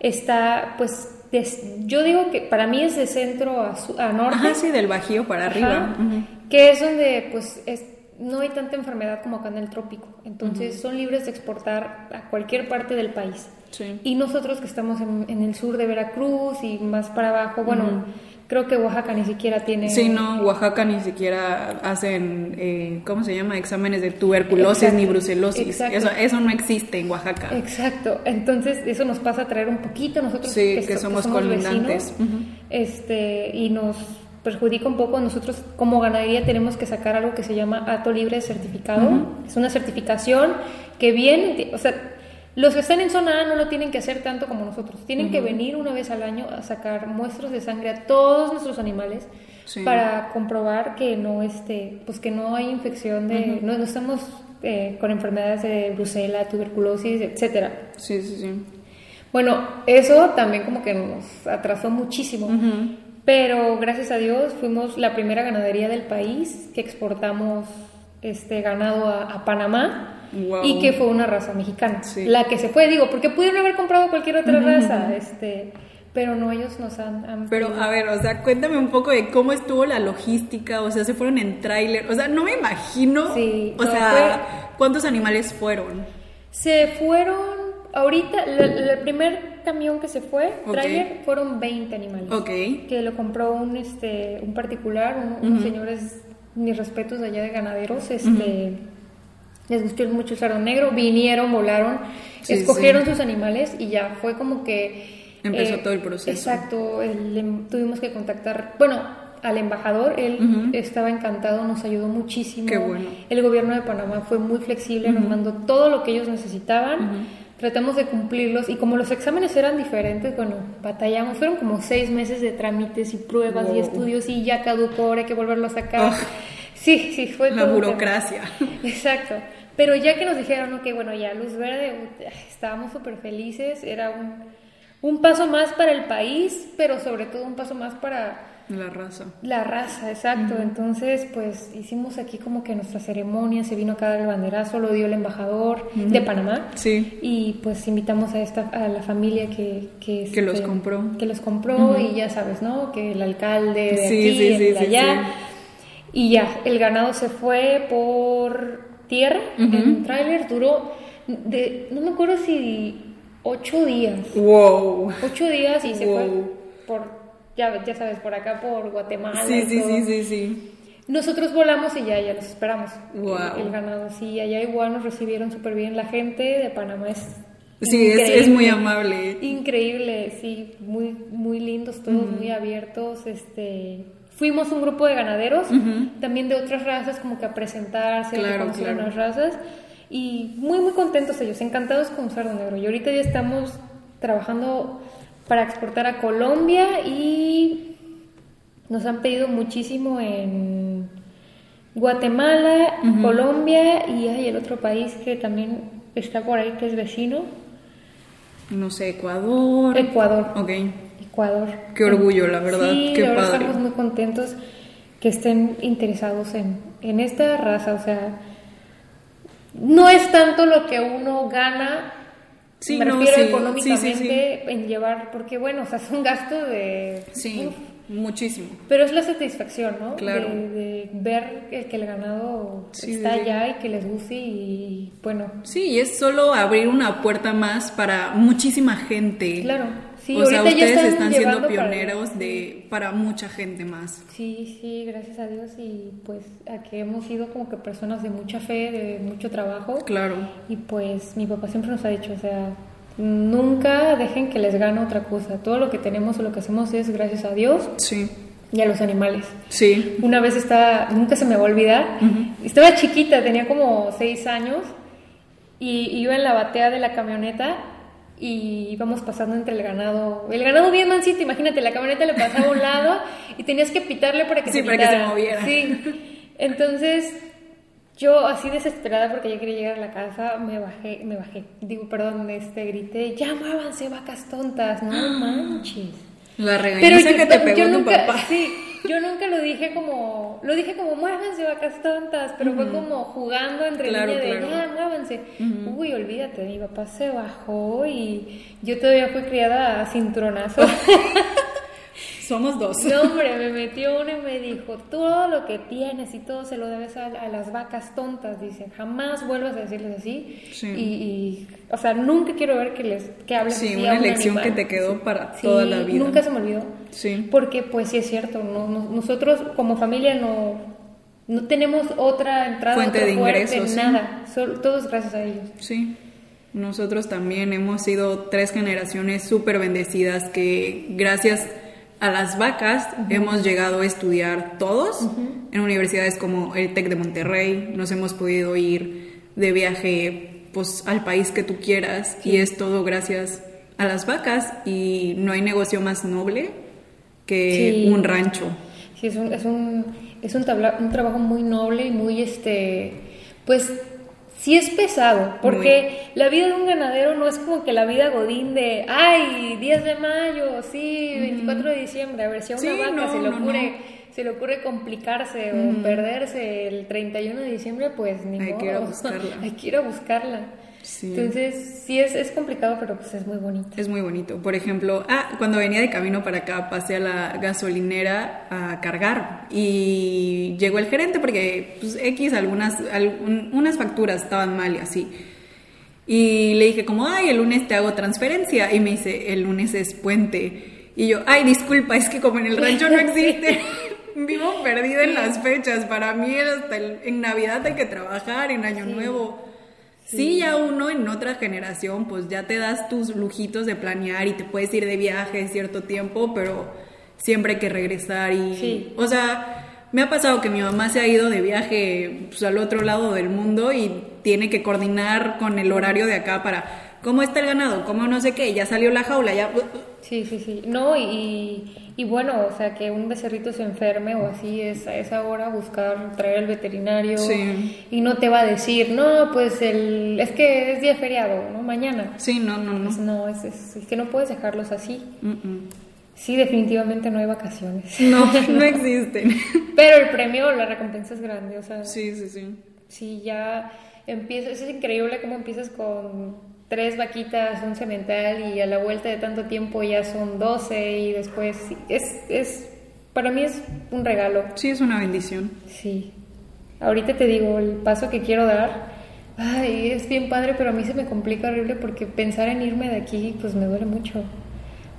está pues... yo digo que para mí es de centro a, su, a norte. Ajá, sí, del Bajío para arriba. Ajá, uh-huh. Que es donde pues es, no hay tanta enfermedad como acá en el trópico. Entonces uh-huh. son libres de exportar a cualquier parte del país. Sí. Y nosotros que estamos en, en el sur de Veracruz y más para abajo, bueno, uh-huh. creo que Oaxaca ni siquiera tiene... Sí, no, Oaxaca ni siquiera hacen, eh, ¿cómo se llama? Exámenes de tuberculosis. Exacto. Ni brucelosis. Exacto. Eso, eso no existe en Oaxaca. Exacto. Entonces eso nos pasa a traer un poquito nosotros sí, que, que so, somos, que somos colindantes. Vecinos, uh-huh. este, y nos perjudica un poco. Nosotros como ganadería tenemos que sacar algo que se llama Hato Libre Certificado. Uh-huh. Es una certificación que viene, o sea, los que están en zona A no lo tienen que hacer tanto como nosotros. Tienen uh-huh. que venir una vez al año a sacar muestras de sangre a todos nuestros animales sí. para comprobar que no, este, pues que no hay infección de, uh-huh. no, no estamos eh, con enfermedades de brucela, tuberculosis, etcétera. Sí, sí, sí. Bueno, eso también como que nos atrasó muchísimo. Uh-huh. Pero gracias a Dios fuimos la primera ganadería del país que exportamos este ganado a, a Panamá. Wow. Y que fue una raza mexicana, sí. la que se fue, digo, porque pudieron haber comprado cualquier otra uh-huh. raza, este, pero no, ellos nos han, han pero pedido. A ver, o sea, cuéntame un poco de cómo estuvo la logística, o sea, se fueron en tráiler, o sea, no me imagino, sí, o no, sea, fue, ¿cuántos animales fueron? Se fueron, ahorita, el primer camión que se fue, okay. tráiler, fueron veinte animales, okay. que lo compró un, este, un particular, un, uh-huh. unos señores, mis respetos de allá de ganaderos, este... Uh-huh. Les gustó mucho el sardo negro, vinieron, volaron, sí, escogieron sí. sus animales y ya fue como que... Empezó eh, todo el proceso. Exacto, el, tuvimos que contactar, bueno, al embajador, él uh-huh. estaba encantado, nos ayudó muchísimo. Qué bueno. El gobierno de Panamá fue muy flexible, uh-huh. nos mandó todo lo que ellos necesitaban, uh-huh. tratamos de cumplirlos y como los exámenes eran diferentes, bueno, batallamos, fueron como seis meses de trámites y pruebas wow. y estudios y ya caducó, ahora hay que volverlo a sacar. Oh. Sí, sí, fue la todo burocracia. Exacto. Pero ya que nos dijeron, ok, bueno, ya luz verde, estábamos súper felices, era un, un paso más para el país, pero sobre todo un paso más para... La raza. La raza, exacto. Uh-huh. Entonces, pues, hicimos aquí como que nuestra ceremonia, se vino acá el banderazo, lo dio el embajador uh-huh. de Panamá. Sí. Y, pues, invitamos a esta a la familia que... Que, que los compró. Que los compró uh-huh. y ya sabes, ¿no? Que el alcalde de sí, aquí, sí, el sí, de sí, allá. Sí. Y ya, el ganado se fue por tierra, uh-huh. en tráiler, duró, de, no me acuerdo si ocho días. Wow. Ocho días y se wow. fue por ya, ya sabes, por acá, por Guatemala. Sí, y sí, todo. sí, sí, sí. Nosotros volamos y ya, ya los esperamos. Wow. El, el ganado, sí, allá igual nos recibieron súper bien. La gente de Panamá es Sí, es, es muy amable. Increíble, sí, muy, muy lindos todos, uh-huh. muy abiertos. Este, fuimos un grupo de ganaderos, uh-huh. también de otras razas, como que a presentarse, claro, a conocer claro. unas razas. Y muy, muy contentos ellos, encantados con Cerdo Negro. Y ahorita ya estamos trabajando para exportar a Colombia y nos han pedido muchísimo en Guatemala, uh-huh. Colombia y hay el otro país que también está por ahí, que es vecino. No sé, Ecuador. Ecuador. Ok. Ecuador. Qué orgullo, la verdad. Sí, Qué la verdad padre. Estamos muy contentos que estén interesados en, en esta raza. O sea, no es tanto lo que uno gana, sí, me no, refiero sí, económicamente, sí, sí, sí. en llevar, porque bueno, o sea, es un gasto de... Sí, uf, muchísimo. Pero es la satisfacción, ¿no? Claro. De, de ver que, que el ganado sí, está sí, allá sí. y que les guste y bueno. Sí, y es solo abrir una puerta más para muchísima gente. Claro, sí. O sea, ustedes están, están siendo para, pioneros de para mucha gente más. Sí, sí, gracias a Dios y pues a que hemos sido como que personas de mucha fe, de mucho trabajo. Claro. Y pues mi papá siempre nos ha dicho, o sea, nunca dejen que les gane otra cosa. Todo lo que tenemos o lo que hacemos es gracias a Dios. Sí. Y a los animales. Sí. Una vez estaba, nunca se me va a olvidar, uh-huh. estaba chiquita, tenía como seis años y iba en la batea de la camioneta y íbamos pasando entre el ganado, el ganado bien mansito, imagínate, la camioneta le pasaba a un lado y tenías que pitarle para que sí, se para pitara. que se moviera. Sí, entonces yo así desesperada porque ya quería llegar a la casa, me bajé, me bajé, digo, perdón, este, grité, ya muévanse vacas tontas, no manches. La regañiza que te pegó yo tu nunca, papá. Sí, yo nunca lo dije como, lo dije como muévanse vacas tontas, pero uh-huh. fue como jugando entre claro, niña de claro. ya muévanse. Uh-huh. Uy, olvídate, mi papá se bajó y yo todavía fui criada a cinturonazo. Somos dos. No, hombre, me metió uno y me dijo, todo lo que tienes y todo se lo debes a, a las vacas tontas, dice, jamás vuelvas a decirles así. Sí. Y, y, o sea, nunca quiero ver que les que hables sí, así una a un lección animal. que te quedó sí. para sí, toda la vida. Nunca se me olvidó. Sí. Porque, pues, sí es cierto, no, no, nosotros como familia no, no tenemos otra entrada, fuente otro de fuerte, ingresos, nada, sí. Solo, todo es gracias a ellos. Sí. Nosotros también hemos sido tres generaciones súper bendecidas que gracias a las vacas uh-huh. hemos llegado a estudiar todos uh-huh. en universidades como el TEC de Monterrey, nos hemos podido ir de viaje pues al país que tú quieras sí. y es todo gracias a las vacas y no hay negocio más noble que sí. un rancho. Sí, es un, es un, es un, tabla, un trabajo muy noble y muy este pues sí es pesado, porque muy. La vida de un ganadero no es como que la vida godín de, ay, diez de mayo, sí, veinticuatro de diciembre, a ver si a una sí, vaca no, se, le no, ocurre, no. se le ocurre complicarse mm. o perderse el treinta y uno de diciembre, pues ni hay modo. Que ir a buscarla. Hay que ir a buscarla. Sí. Entonces, sí es, es complicado, pero pues es muy bonito. Es muy bonito. Por ejemplo, ah, cuando venía de camino para acá, pasé a la gasolinera a cargar y llegó el gerente porque pues, X, algunas, algún, unas facturas estaban mal y así. Y le dije como, ay, el lunes te hago transferencia. Y me dice, el lunes es puente. Y yo, ay, disculpa, es que como en el rancho no existe... Vivo perdida en las fechas. Para mí hasta el, en Navidad hay que trabajar, en Año sí. Nuevo... Sí. sí, ya uno en otra generación, pues ya te das tus lujitos de planear y te puedes ir de viaje cierto tiempo, pero siempre hay que regresar y... Sí. O sea, me ha pasado que mi mamá se ha ido de viaje pues, al otro lado del mundo y tiene que coordinar con el horario de acá para... ¿Cómo está el ganado? ¿Cómo no sé qué? Ya salió la jaula, ya... Sí, sí, sí. No, y, y bueno, o sea, que un becerrito se enferme o así es a esa hora buscar, traer al veterinario sí. y no te va a decir, no, pues el, es que es día feriado, ¿no? Mañana. Sí, no, no, no. Pues no, es, es, es que no puedes dejarlos así. Uh-uh. Sí, definitivamente no hay vacaciones. No, no existen. Pero el premio, la recompensa es grande, o sea... Sí, sí, sí. Sí, ya empiezas, es increíble cómo empiezas con... tres vaquitas, un semental y a la vuelta de tanto tiempo ya son doce y después es, es para mí es un regalo. Sí, es una bendición. Sí. Ahorita te digo, el paso que quiero dar, ay, es bien padre, pero a mí se me complica horrible porque pensar en irme de aquí pues me duele mucho.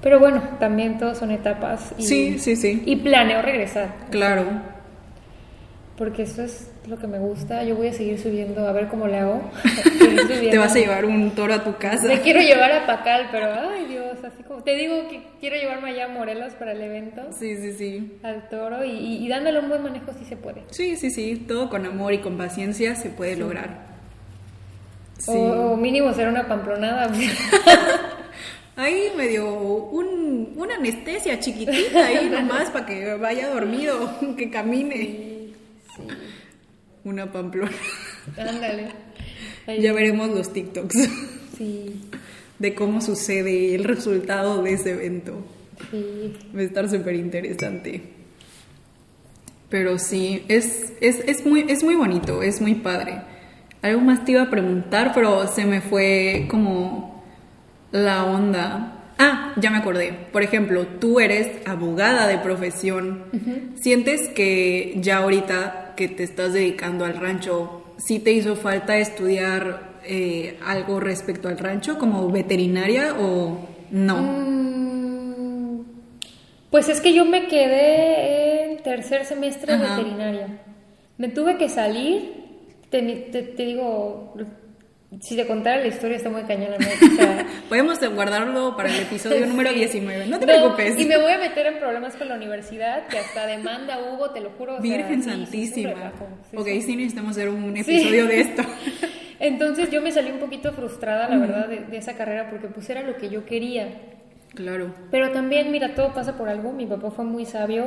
Pero bueno, también todos son etapas. Y, sí, sí, sí. Y planeo regresar. Claro. Porque eso es lo que me gusta. Yo voy a seguir subiendo, a ver cómo le hago. Te vas a llevar un toro a tu casa. Te quiero llevar a Pacal, pero ay Dios, así como te digo que quiero llevarme allá a Morelos para el evento. Sí, sí, sí. Al toro y, y, y dándole un buen manejo sí se puede. Sí, sí, sí. Todo con amor y con paciencia se puede sí. lograr. Sí. O, o mínimo ser una pamplonada. Ahí me dio un, una anestesia chiquitita ahí nomás para que vaya dormido, que camine. Sí, sí. Una pamplona. Ándale. Ahí. Ya veremos los TikToks. Sí. De cómo sucede el resultado de ese evento. Sí. Va a estar súper interesante. Pero sí, es, es, es, muy, es muy bonito, es muy padre. Algo más te iba a preguntar, pero se me fue como la onda. Ah, ya me acordé. Por ejemplo, tú eres abogada de profesión. Uh-huh. ¿Sientes que ya ahorita que te estás dedicando al rancho, sí te hizo falta estudiar eh, algo respecto al rancho, como veterinaria o no? Mm, pues es que yo me quedé en tercer semestre de veterinaria. Me tuve que salir, te, te, te digo... Si te contara la historia está muy cañona, ¿no? O sea, podemos guardarlo para el episodio número sí. diecinueve, no te no, preocupes. Y me voy a meter en problemas con la universidad, que hasta demanda hubo, te lo juro. Virgen sea, santísima. Sí, ok, sí, sí necesitamos hacer un episodio sí. de esto. Entonces yo me salí un poquito frustrada, la uh-huh. verdad, de, de esa carrera, porque pues era lo que yo quería. Claro. Pero también, mira, todo pasa por algo. Mi papá fue muy sabio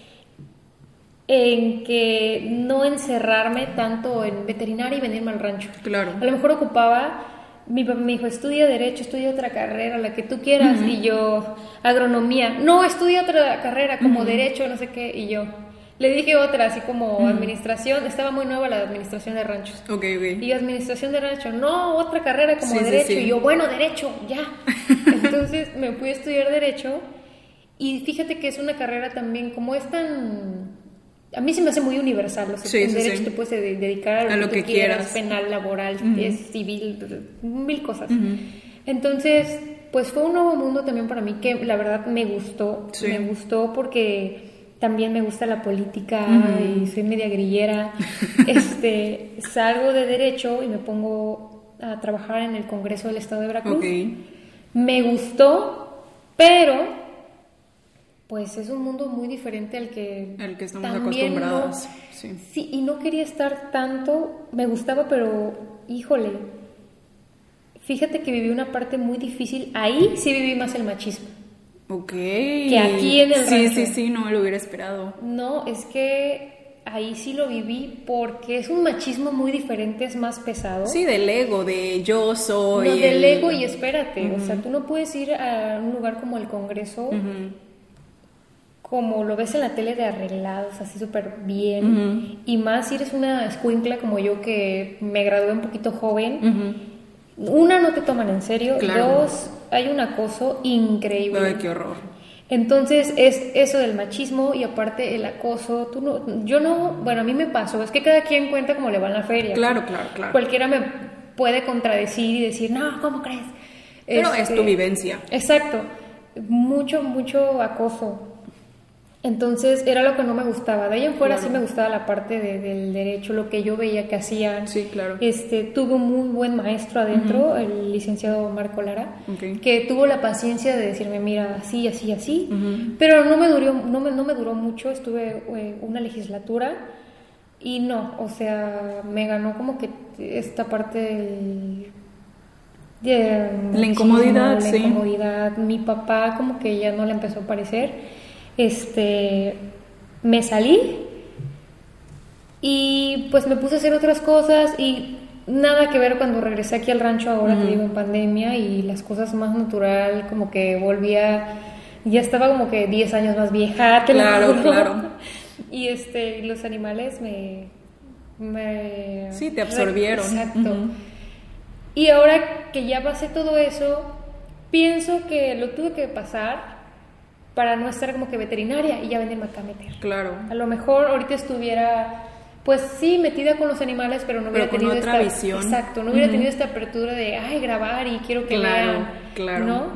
en que no encerrarme tanto en veterinaria y venirme al rancho. Claro. A lo mejor ocupaba, mi papá me dijo, estudia derecho, estudia otra carrera, la que tú quieras, uh-huh. y yo, agronomía, no, estudia otra carrera, como uh-huh. derecho, no sé qué, y yo, le dije otra, así como uh-huh. administración, estaba muy nueva la administración de ranchos. Ok, ok. Y administración de rancho, no, otra carrera como sí, derecho, sí, sí. y yo, bueno, derecho, ya. Entonces me fui a estudiar derecho, y fíjate que es una carrera también, como es tan... A mí se me hace muy universal, o sea, sí, en sí, derecho sí. te puedes dedicar a lo, a lo que, que quieras, quieras, penal, laboral, uh-huh. civil, mil cosas. Uh-huh. Entonces, pues fue un nuevo mundo también para mí que la verdad me gustó, sí. me gustó porque también me gusta la política uh-huh. y soy media grillera. este, salgo de derecho y me pongo a trabajar en el Congreso del Estado de Veracruz. Okay. Me gustó, pero... pues es un mundo muy diferente al que... al que estamos acostumbrados. No, sí. sí, y no quería estar tanto, me gustaba, pero, híjole, fíjate que viví una parte muy difícil, ahí sí viví más el machismo. Ok. Que aquí en el sí, rancho. Sí, sí, sí, no me lo hubiera esperado. No, es que ahí sí lo viví porque es un machismo muy diferente, es más pesado. Sí, del ego, de yo soy... No, el... del ego y espérate, uh-huh. o sea, tú no puedes ir a un lugar como el Congreso... Uh-huh. como lo ves en la tele de arreglados, así súper bien, uh-huh. y más si eres una escuincla como yo que me gradué un poquito joven, uh-huh. una, no te toman en serio, claro. Dos, hay un acoso increíble. Ay, qué horror. Entonces es eso del machismo y aparte el acoso, tú no, yo no, bueno, a mí me pasó, es que cada quien cuenta cómo le va en la feria. Claro, claro, claro. Cualquiera me puede contradecir y decir, no, ¿cómo crees? Pero este, es tu vivencia. Exacto, mucho, mucho acoso. Entonces era lo que no me gustaba. De ahí en fuera claro. sí me gustaba la parte de, del derecho, lo que yo veía que hacían. Sí, claro. Este, tuve un muy buen maestro adentro, uh-huh. el licenciado Marco Lara, okay. que tuvo la paciencia de decirme, mira, así, así, así. Uh-huh. Pero no me duró, no me, no me duró mucho. Estuve eh, una legislatura y no, o sea, me ganó como que esta parte del... de la incomodidad, la sí. incomodidad. Mi papá como que ya no le empezó a parecer. Este, me salí y pues me puse a hacer otras cosas y nada que ver cuando regresé aquí al rancho ahora, uh-huh. te digo, en pandemia y las cosas más natural, como que volvía, ya estaba como que diez años más vieja, te claro, claro. Y este, los animales me, me sí, te absorbieron. Exacto. Uh-huh. Y ahora que ya pasé todo eso, pienso que lo tuve que pasar para no estar como que veterinaria y ya venirme acá a meter. Claro. A lo mejor ahorita estuviera, pues sí, metida con los animales, pero no hubiera pero tenido otra esta visión. Exacto, no hubiera uh-huh. tenido esta apertura de, ay, grabar y quiero que claro, vean, claro. ¿no?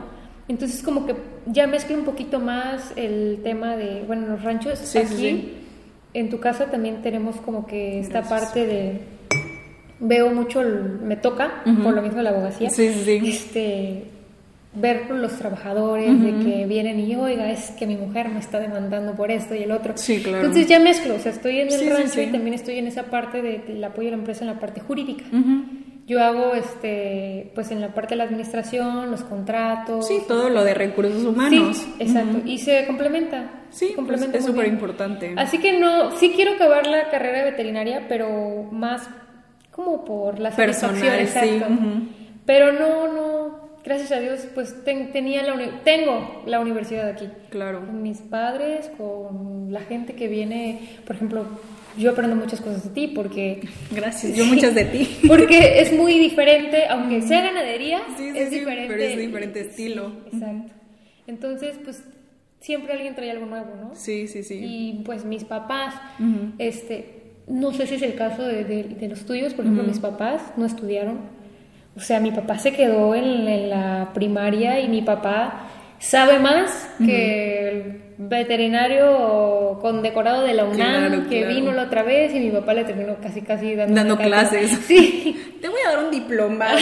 Entonces como que ya mezcla un poquito más el tema de, bueno, los ranchos. Sí, aquí, sí, sí. En tu casa también tenemos como que esta Gracias. parte de, veo mucho, el, me toca, uh-huh. por lo mismo la abogacía, sí, sí, sí. Este, ver los trabajadores, uh-huh. de que vienen y, oiga, es que mi mujer me está demandando por esto y el otro. Sí, claro. Entonces ya mezclo, o sea, estoy en el sí, rancho sí, sí. y también estoy en esa parte de, del apoyo a la empresa en la parte jurídica. Uh-huh. Yo hago, este, pues en la parte de la administración, los contratos. Sí, todo lo de recursos humanos. Sí, exacto. Uh-huh. Y se complementa. Sí, se complementa pues es súper importante. Así que no, sí quiero acabar la carrera de veterinaria, pero más como por la satisfacción. Personal, exacto. Sí. Uh-huh. Pero no, no, gracias a Dios, pues ten, tenía la uni- tengo la universidad aquí. Claro. Con mis padres, con la gente que viene, por ejemplo. Yo aprendo muchas cosas de ti porque... Gracias, yo sí, muchas de ti. Porque es muy diferente, aunque sea ganadería, sí, sí, es sí, diferente. Pero es diferente estilo. Sí, exacto. Entonces, pues, siempre alguien trae algo nuevo, ¿no? Sí, sí, sí. Y pues mis papás, uh-huh. este, no sé si es el caso de, de, de los tuyos, por ejemplo, uh-huh. mis papás no estudiaron. O sea, mi papá se quedó en, en la primaria y mi papá sabe más uh-huh. que el veterinario condecorado de la UNAM, claro, que claro. vino la otra vez y mi papá le terminó casi casi dando, dando clases. Sí. Te voy a dar un diplomado.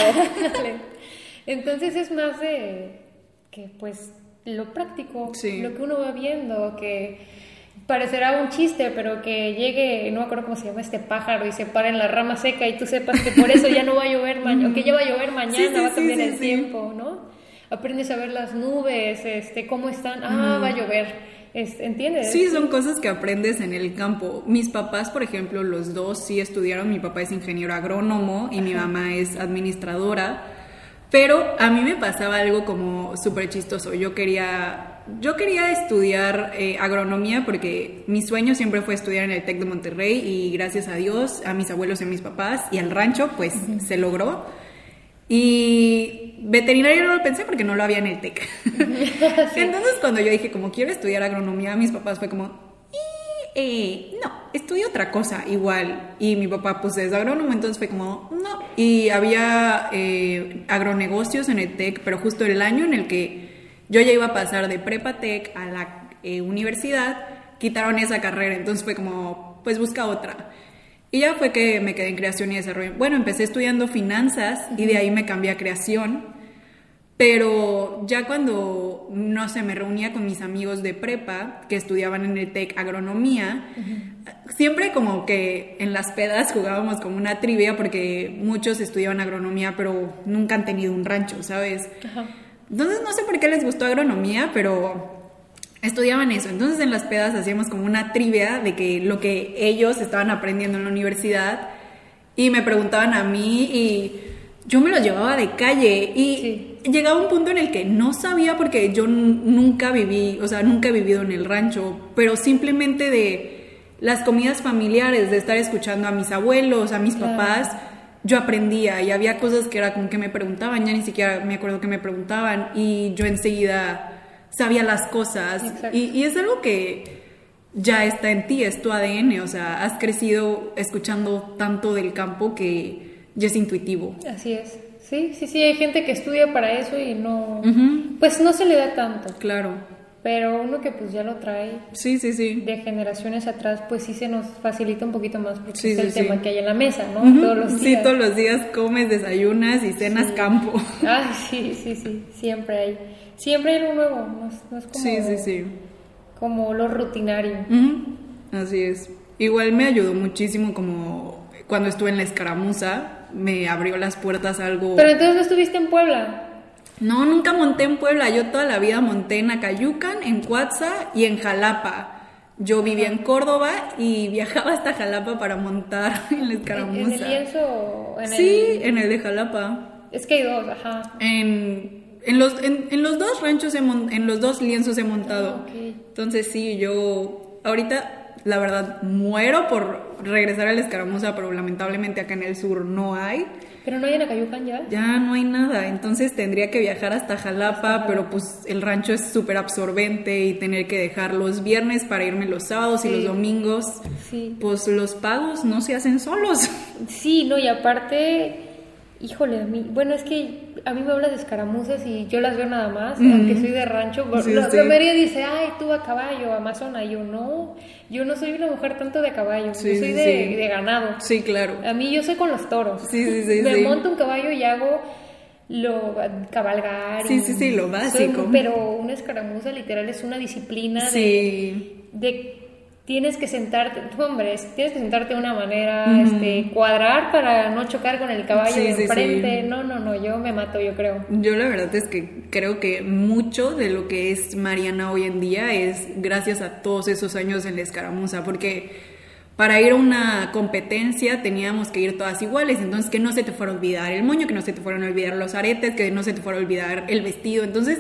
Entonces es más de que pues lo práctico, sí. lo que uno va viendo, que parecerá un chiste, pero que llegue, no me acuerdo cómo se llama este pájaro y se para en la rama seca y tú sepas que por eso ya no va a llover mañana, o que ya va a llover mañana, sí, sí, va a cambiar sí, el sí, tiempo, sí. ¿no? Aprendes a ver las nubes, este, cómo están, ah, va a llover, este, ¿entiendes? Sí, son cosas que aprendes en el campo. Mis papás, por ejemplo, los dos sí estudiaron, mi papá es ingeniero agrónomo y Ajá. mi mamá es administradora, pero a mí me pasaba algo como súper chistoso. Yo quería, yo quería estudiar eh, agronomía porque mi sueño siempre fue estudiar en el TEC de Monterrey y gracias a Dios, a mis abuelos y a mis papás y al rancho, pues uh-huh. se logró. Y veterinario no lo pensé porque no lo había en el TEC. Sí. Entonces cuando yo dije como quiero estudiar agronomía, mis papás fue como eh, no, estudio otra cosa igual. Y mi papá pues es agrónomo, entonces fue como no. Y había eh, agronegocios en el TEC, pero justo el año en el que yo ya iba a pasar de prepa TEC a la eh, universidad, quitaron esa carrera, entonces fue como pues busca otra. Y ya fue que me quedé en creación y desarrollo. Bueno, empecé estudiando finanzas y de ahí me cambié a creación. Pero ya cuando, no sé, me reunía con mis amigos de prepa que estudiaban en el TEC agronomía, uh-huh. siempre como que en las pedas jugábamos como una trivia porque muchos estudiaban agronomía pero nunca han tenido un rancho, ¿sabes? Uh-huh. Entonces no sé por qué les gustó agronomía, pero... estudiaban eso, entonces en las pedas hacíamos como una trivia de que lo que ellos estaban aprendiendo en la universidad y me preguntaban a mí y yo me lo llevaba de calle y sí. llegaba un punto en el que no sabía porque yo n- nunca viví, o sea, nunca he vivido en el rancho, pero simplemente de las comidas familiares, de estar escuchando a mis abuelos, a mis claro. papás, yo aprendía y había cosas que era como que me preguntaban, ya ni siquiera me acuerdo que me preguntaban y yo enseguida... sabía las cosas y, y es algo que ya está en ti, es tu A D N, o sea, has crecido escuchando tanto del campo que ya es intuitivo. Así es, sí, sí, sí, hay gente que estudia para eso y no, uh-huh. pues no se le da tanto. Claro. Pero uno que pues ya lo trae sí, sí, sí. de generaciones atrás, pues sí se nos facilita un poquito más porque sí, es sí, el sí. tema que hay en la mesa, ¿no? Uh-huh. Todos los días. Sí, todos los días comes, desayunas y cenas sí. campo. Ah, sí, sí, sí, siempre hay. Siempre hay algo nuevo, no es, no es como, sí, sí, sí. como lo rutinario. Uh-huh. Así es. Igual me ayudó muchísimo como cuando estuve en la escaramuza, me abrió las puertas algo... Pero entonces no estuviste en Puebla. No, nunca monté en Puebla, yo toda la vida monté en Acayucan, en Cuatza y en Jalapa. Yo vivía en Córdoba y viajaba hasta Jalapa para montar en la escaramuza. ¿En, en el lienzo? En sí, el... en el de Jalapa. Es que hay dos, ajá. En... En los, en, en los dos ranchos, he mon, en los dos lienzos he montado. Ah, okay. Entonces sí, yo ahorita la verdad muero por regresar a la escaramuza, pero lamentablemente acá en el sur no hay. ¿Pero no hay en Acayucan ya? Ya no hay nada, entonces tendría que viajar hasta Jalapa, hasta Jalapa. Pero pues el rancho es súper absorbente y tener que dejar los viernes para irme los sábados sí. y los domingos. Sí. Pues los pagos no se hacen solos. Sí, no, y aparte... Híjole, a mí, bueno, es que a mí me hablas de escaramuzas y yo las veo nada más, Mm. aunque soy de rancho. Sí, la, sí. la mayoría dice, ay, tú a caballo, amazona. Y yo, no, yo no soy una mujer tanto de caballo, Sí, yo soy sí, de, sí. de ganado. Sí, claro. A mí yo soy con los toros. Sí, sí, sí, Me sí. monto un caballo y hago lo cabalgar. Sí, y sí, sí, lo básico. soy- pero una escaramuza literal es una disciplina Sí. de, de tienes que sentarte, tú, hombre, es- tienes que sentarte de una manera, Ujú. este, cuadrar para no chocar con el caballo Sí, de sí, enfrente. sí. No, no, no, yo me mato, yo creo. Yo la verdad es que creo que mucho de lo que es Mariana hoy en día es gracias a todos esos años en la escaramuza, porque para ir a una competencia teníamos que ir todas iguales, entonces que no se te fuera a olvidar el moño, que no se te fueran a olvidar los aretes, que no se te fuera a olvidar el vestido. Entonces,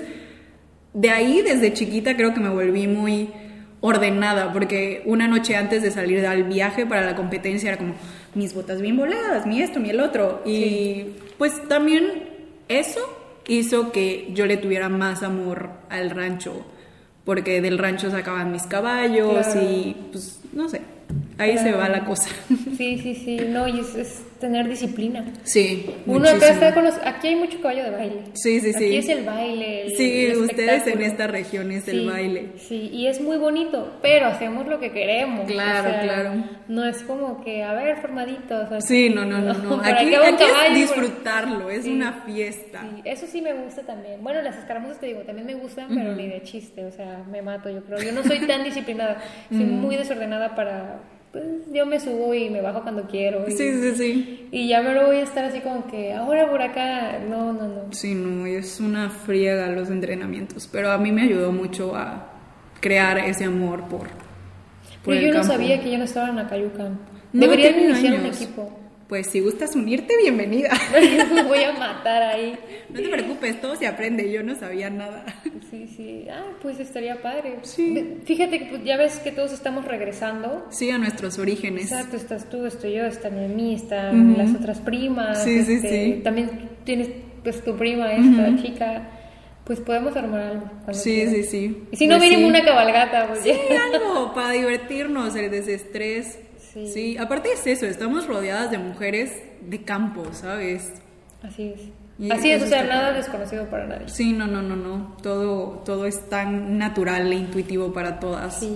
de ahí desde chiquita creo que me volví muy ordenada, porque una noche antes de salir al viaje para la competencia era como mis botas bien voladas, mi esto, mi el otro. Y Sí. pues también eso hizo que yo le tuviera más amor al rancho, porque del rancho sacaban mis caballos. Claro. Y pues no sé, ahí se Claro. va la cosa. Sí, sí, sí, no, y es, es tener disciplina. Sí, Uno muchísimo. acá está con los... Aquí hay mucho caballo de baile. Sí, sí, sí. Aquí es el baile, el, Sí, el ustedes en espectáculo. esta región es el Sí, baile. Sí, y es muy bonito, pero hacemos lo que queremos. Claro, o sea, claro. No es como que, a ver, formaditos. o sea, Sí, no, no, no, no. por Aquí, acá va un aquí caballo, es por- disfrutarlo, es Sí, una fiesta. Sí, eso sí me gusta también. Bueno, las escaramuzas te digo, también me gustan, pero ni de chiste, o sea, me mato, yo creo. Yo no soy tan disciplinada, soy muy desordenada para... Pues yo me subo y me bajo cuando quiero. Y, Sí, sí, sí. y ya me lo voy a estar así como que, ahora por acá, no, no, no. Sí, no, es una friega los entrenamientos, pero a mí me ayudó mucho a crear ese amor por, por Pero el yo no campo. sabía que yo no estaba en Acayucan. No, Deberían tiene iniciar un años. equipo. Pues si gustas unirte, bienvenida. Me voy a matar ahí. No te preocupes, todo se aprende, yo no sabía nada. Sí, sí. Ah, pues estaría padre. Sí. De- Fíjate que pues, ya ves que todos estamos regresando. Sí, a nuestros orígenes. Exacto, estás tú, estoy yo, está Noemí, están Ujú. las otras primas. Sí, sí, este, sí. También tienes pues tu prima esta Ujú. chica. Pues podemos armar algo. cuando Sí, quieras. sí, sí. Y si no, Pues mínimo sí. una cabalgata. Pues, Sí, algo para divertirnos, el desestrés. Sí. Sí, aparte es eso, estamos rodeadas de mujeres de campo, ¿sabes? Así es. Y Así es, eso o sea, está nada padre. desconocido para nadie. Sí, no, no, no, no. Todo, todo es tan natural e intuitivo para todas. Sí,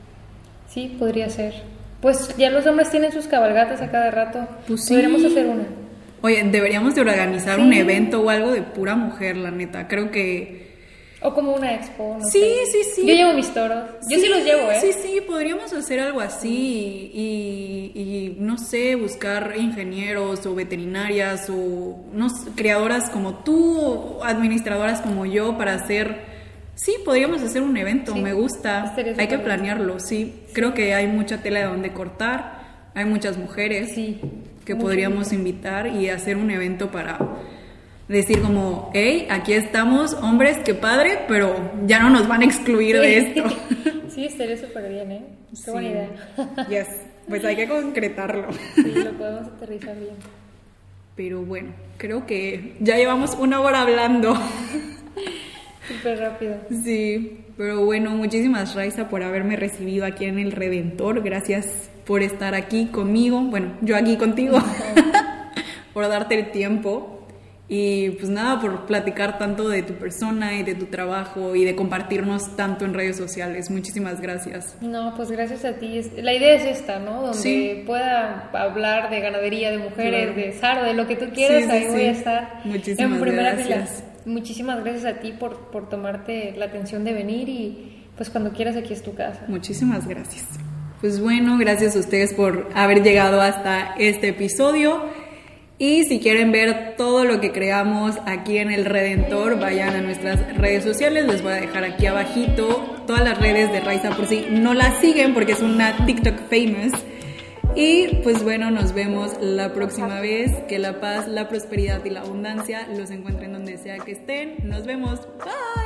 sí, podría ser. Pues ya los hombres tienen sus cabalgatas a cada rato. Pues sí. Podríamos hacer una. Oye, deberíamos de organizar Sí. un evento o algo de pura mujer, la neta. Creo que... O como una expo, no Sí, sé. sí, sí. Yo llevo mis toros. Yo sí, los llevo, ¿eh? Sí, sí, podríamos hacer algo así y, y, no sé, buscar ingenieros o veterinarias o no sé, creadoras como tú o administradoras como yo para hacer... Sí, podríamos hacer un evento, Sí, me gusta. estaría Hay que súper bien. planearlo, sí. Creo que hay mucha tela de donde cortar, hay muchas mujeres Sí. que Mucho podríamos gusto. invitar y hacer un evento para decir como, hey, aquí estamos, hombres, qué padre, pero ya no nos van a excluir de esto. Sí, estaría súper bien, ¿eh? Qué Sí. buena idea. Yes, pues hay que concretarlo. Sí, lo podemos aterrizar bien. Pero bueno, creo que ya llevamos una hora hablando. Súper rápido. Sí, pero bueno, muchísimas Raiza por haberme recibido aquí en El Redentor. Gracias por estar aquí conmigo. Bueno, yo aquí contigo. Por darte el tiempo. Y pues nada, por platicar tanto de tu persona y de tu trabajo y de compartirnos tanto en redes sociales. Muchísimas gracias. No, pues gracias a ti. Es- La idea es esta, ¿no? Donde Sí. pueda hablar de ganadería, de mujeres, Claro. de Saro, de lo que tú quieras, Sí, sí, ahí voy sí. a estar Muchísimas en primera gracias. fila. Muchísimas gracias a ti por, por tomarte la atención de venir y pues cuando quieras aquí es tu casa. Muchísimas gracias. Pues bueno, gracias a ustedes por haber llegado hasta este episodio. Y si quieren ver todo lo que creamos aquí en El Redentor, vayan a nuestras redes sociales. Les voy a dejar aquí abajito todas las redes de Raiza por si no la siguen porque es una TikTok famous. Y pues bueno, nos vemos la próxima vez. Que la paz, la prosperidad y la abundancia los encuentren donde sea que estén. Nos vemos. Bye.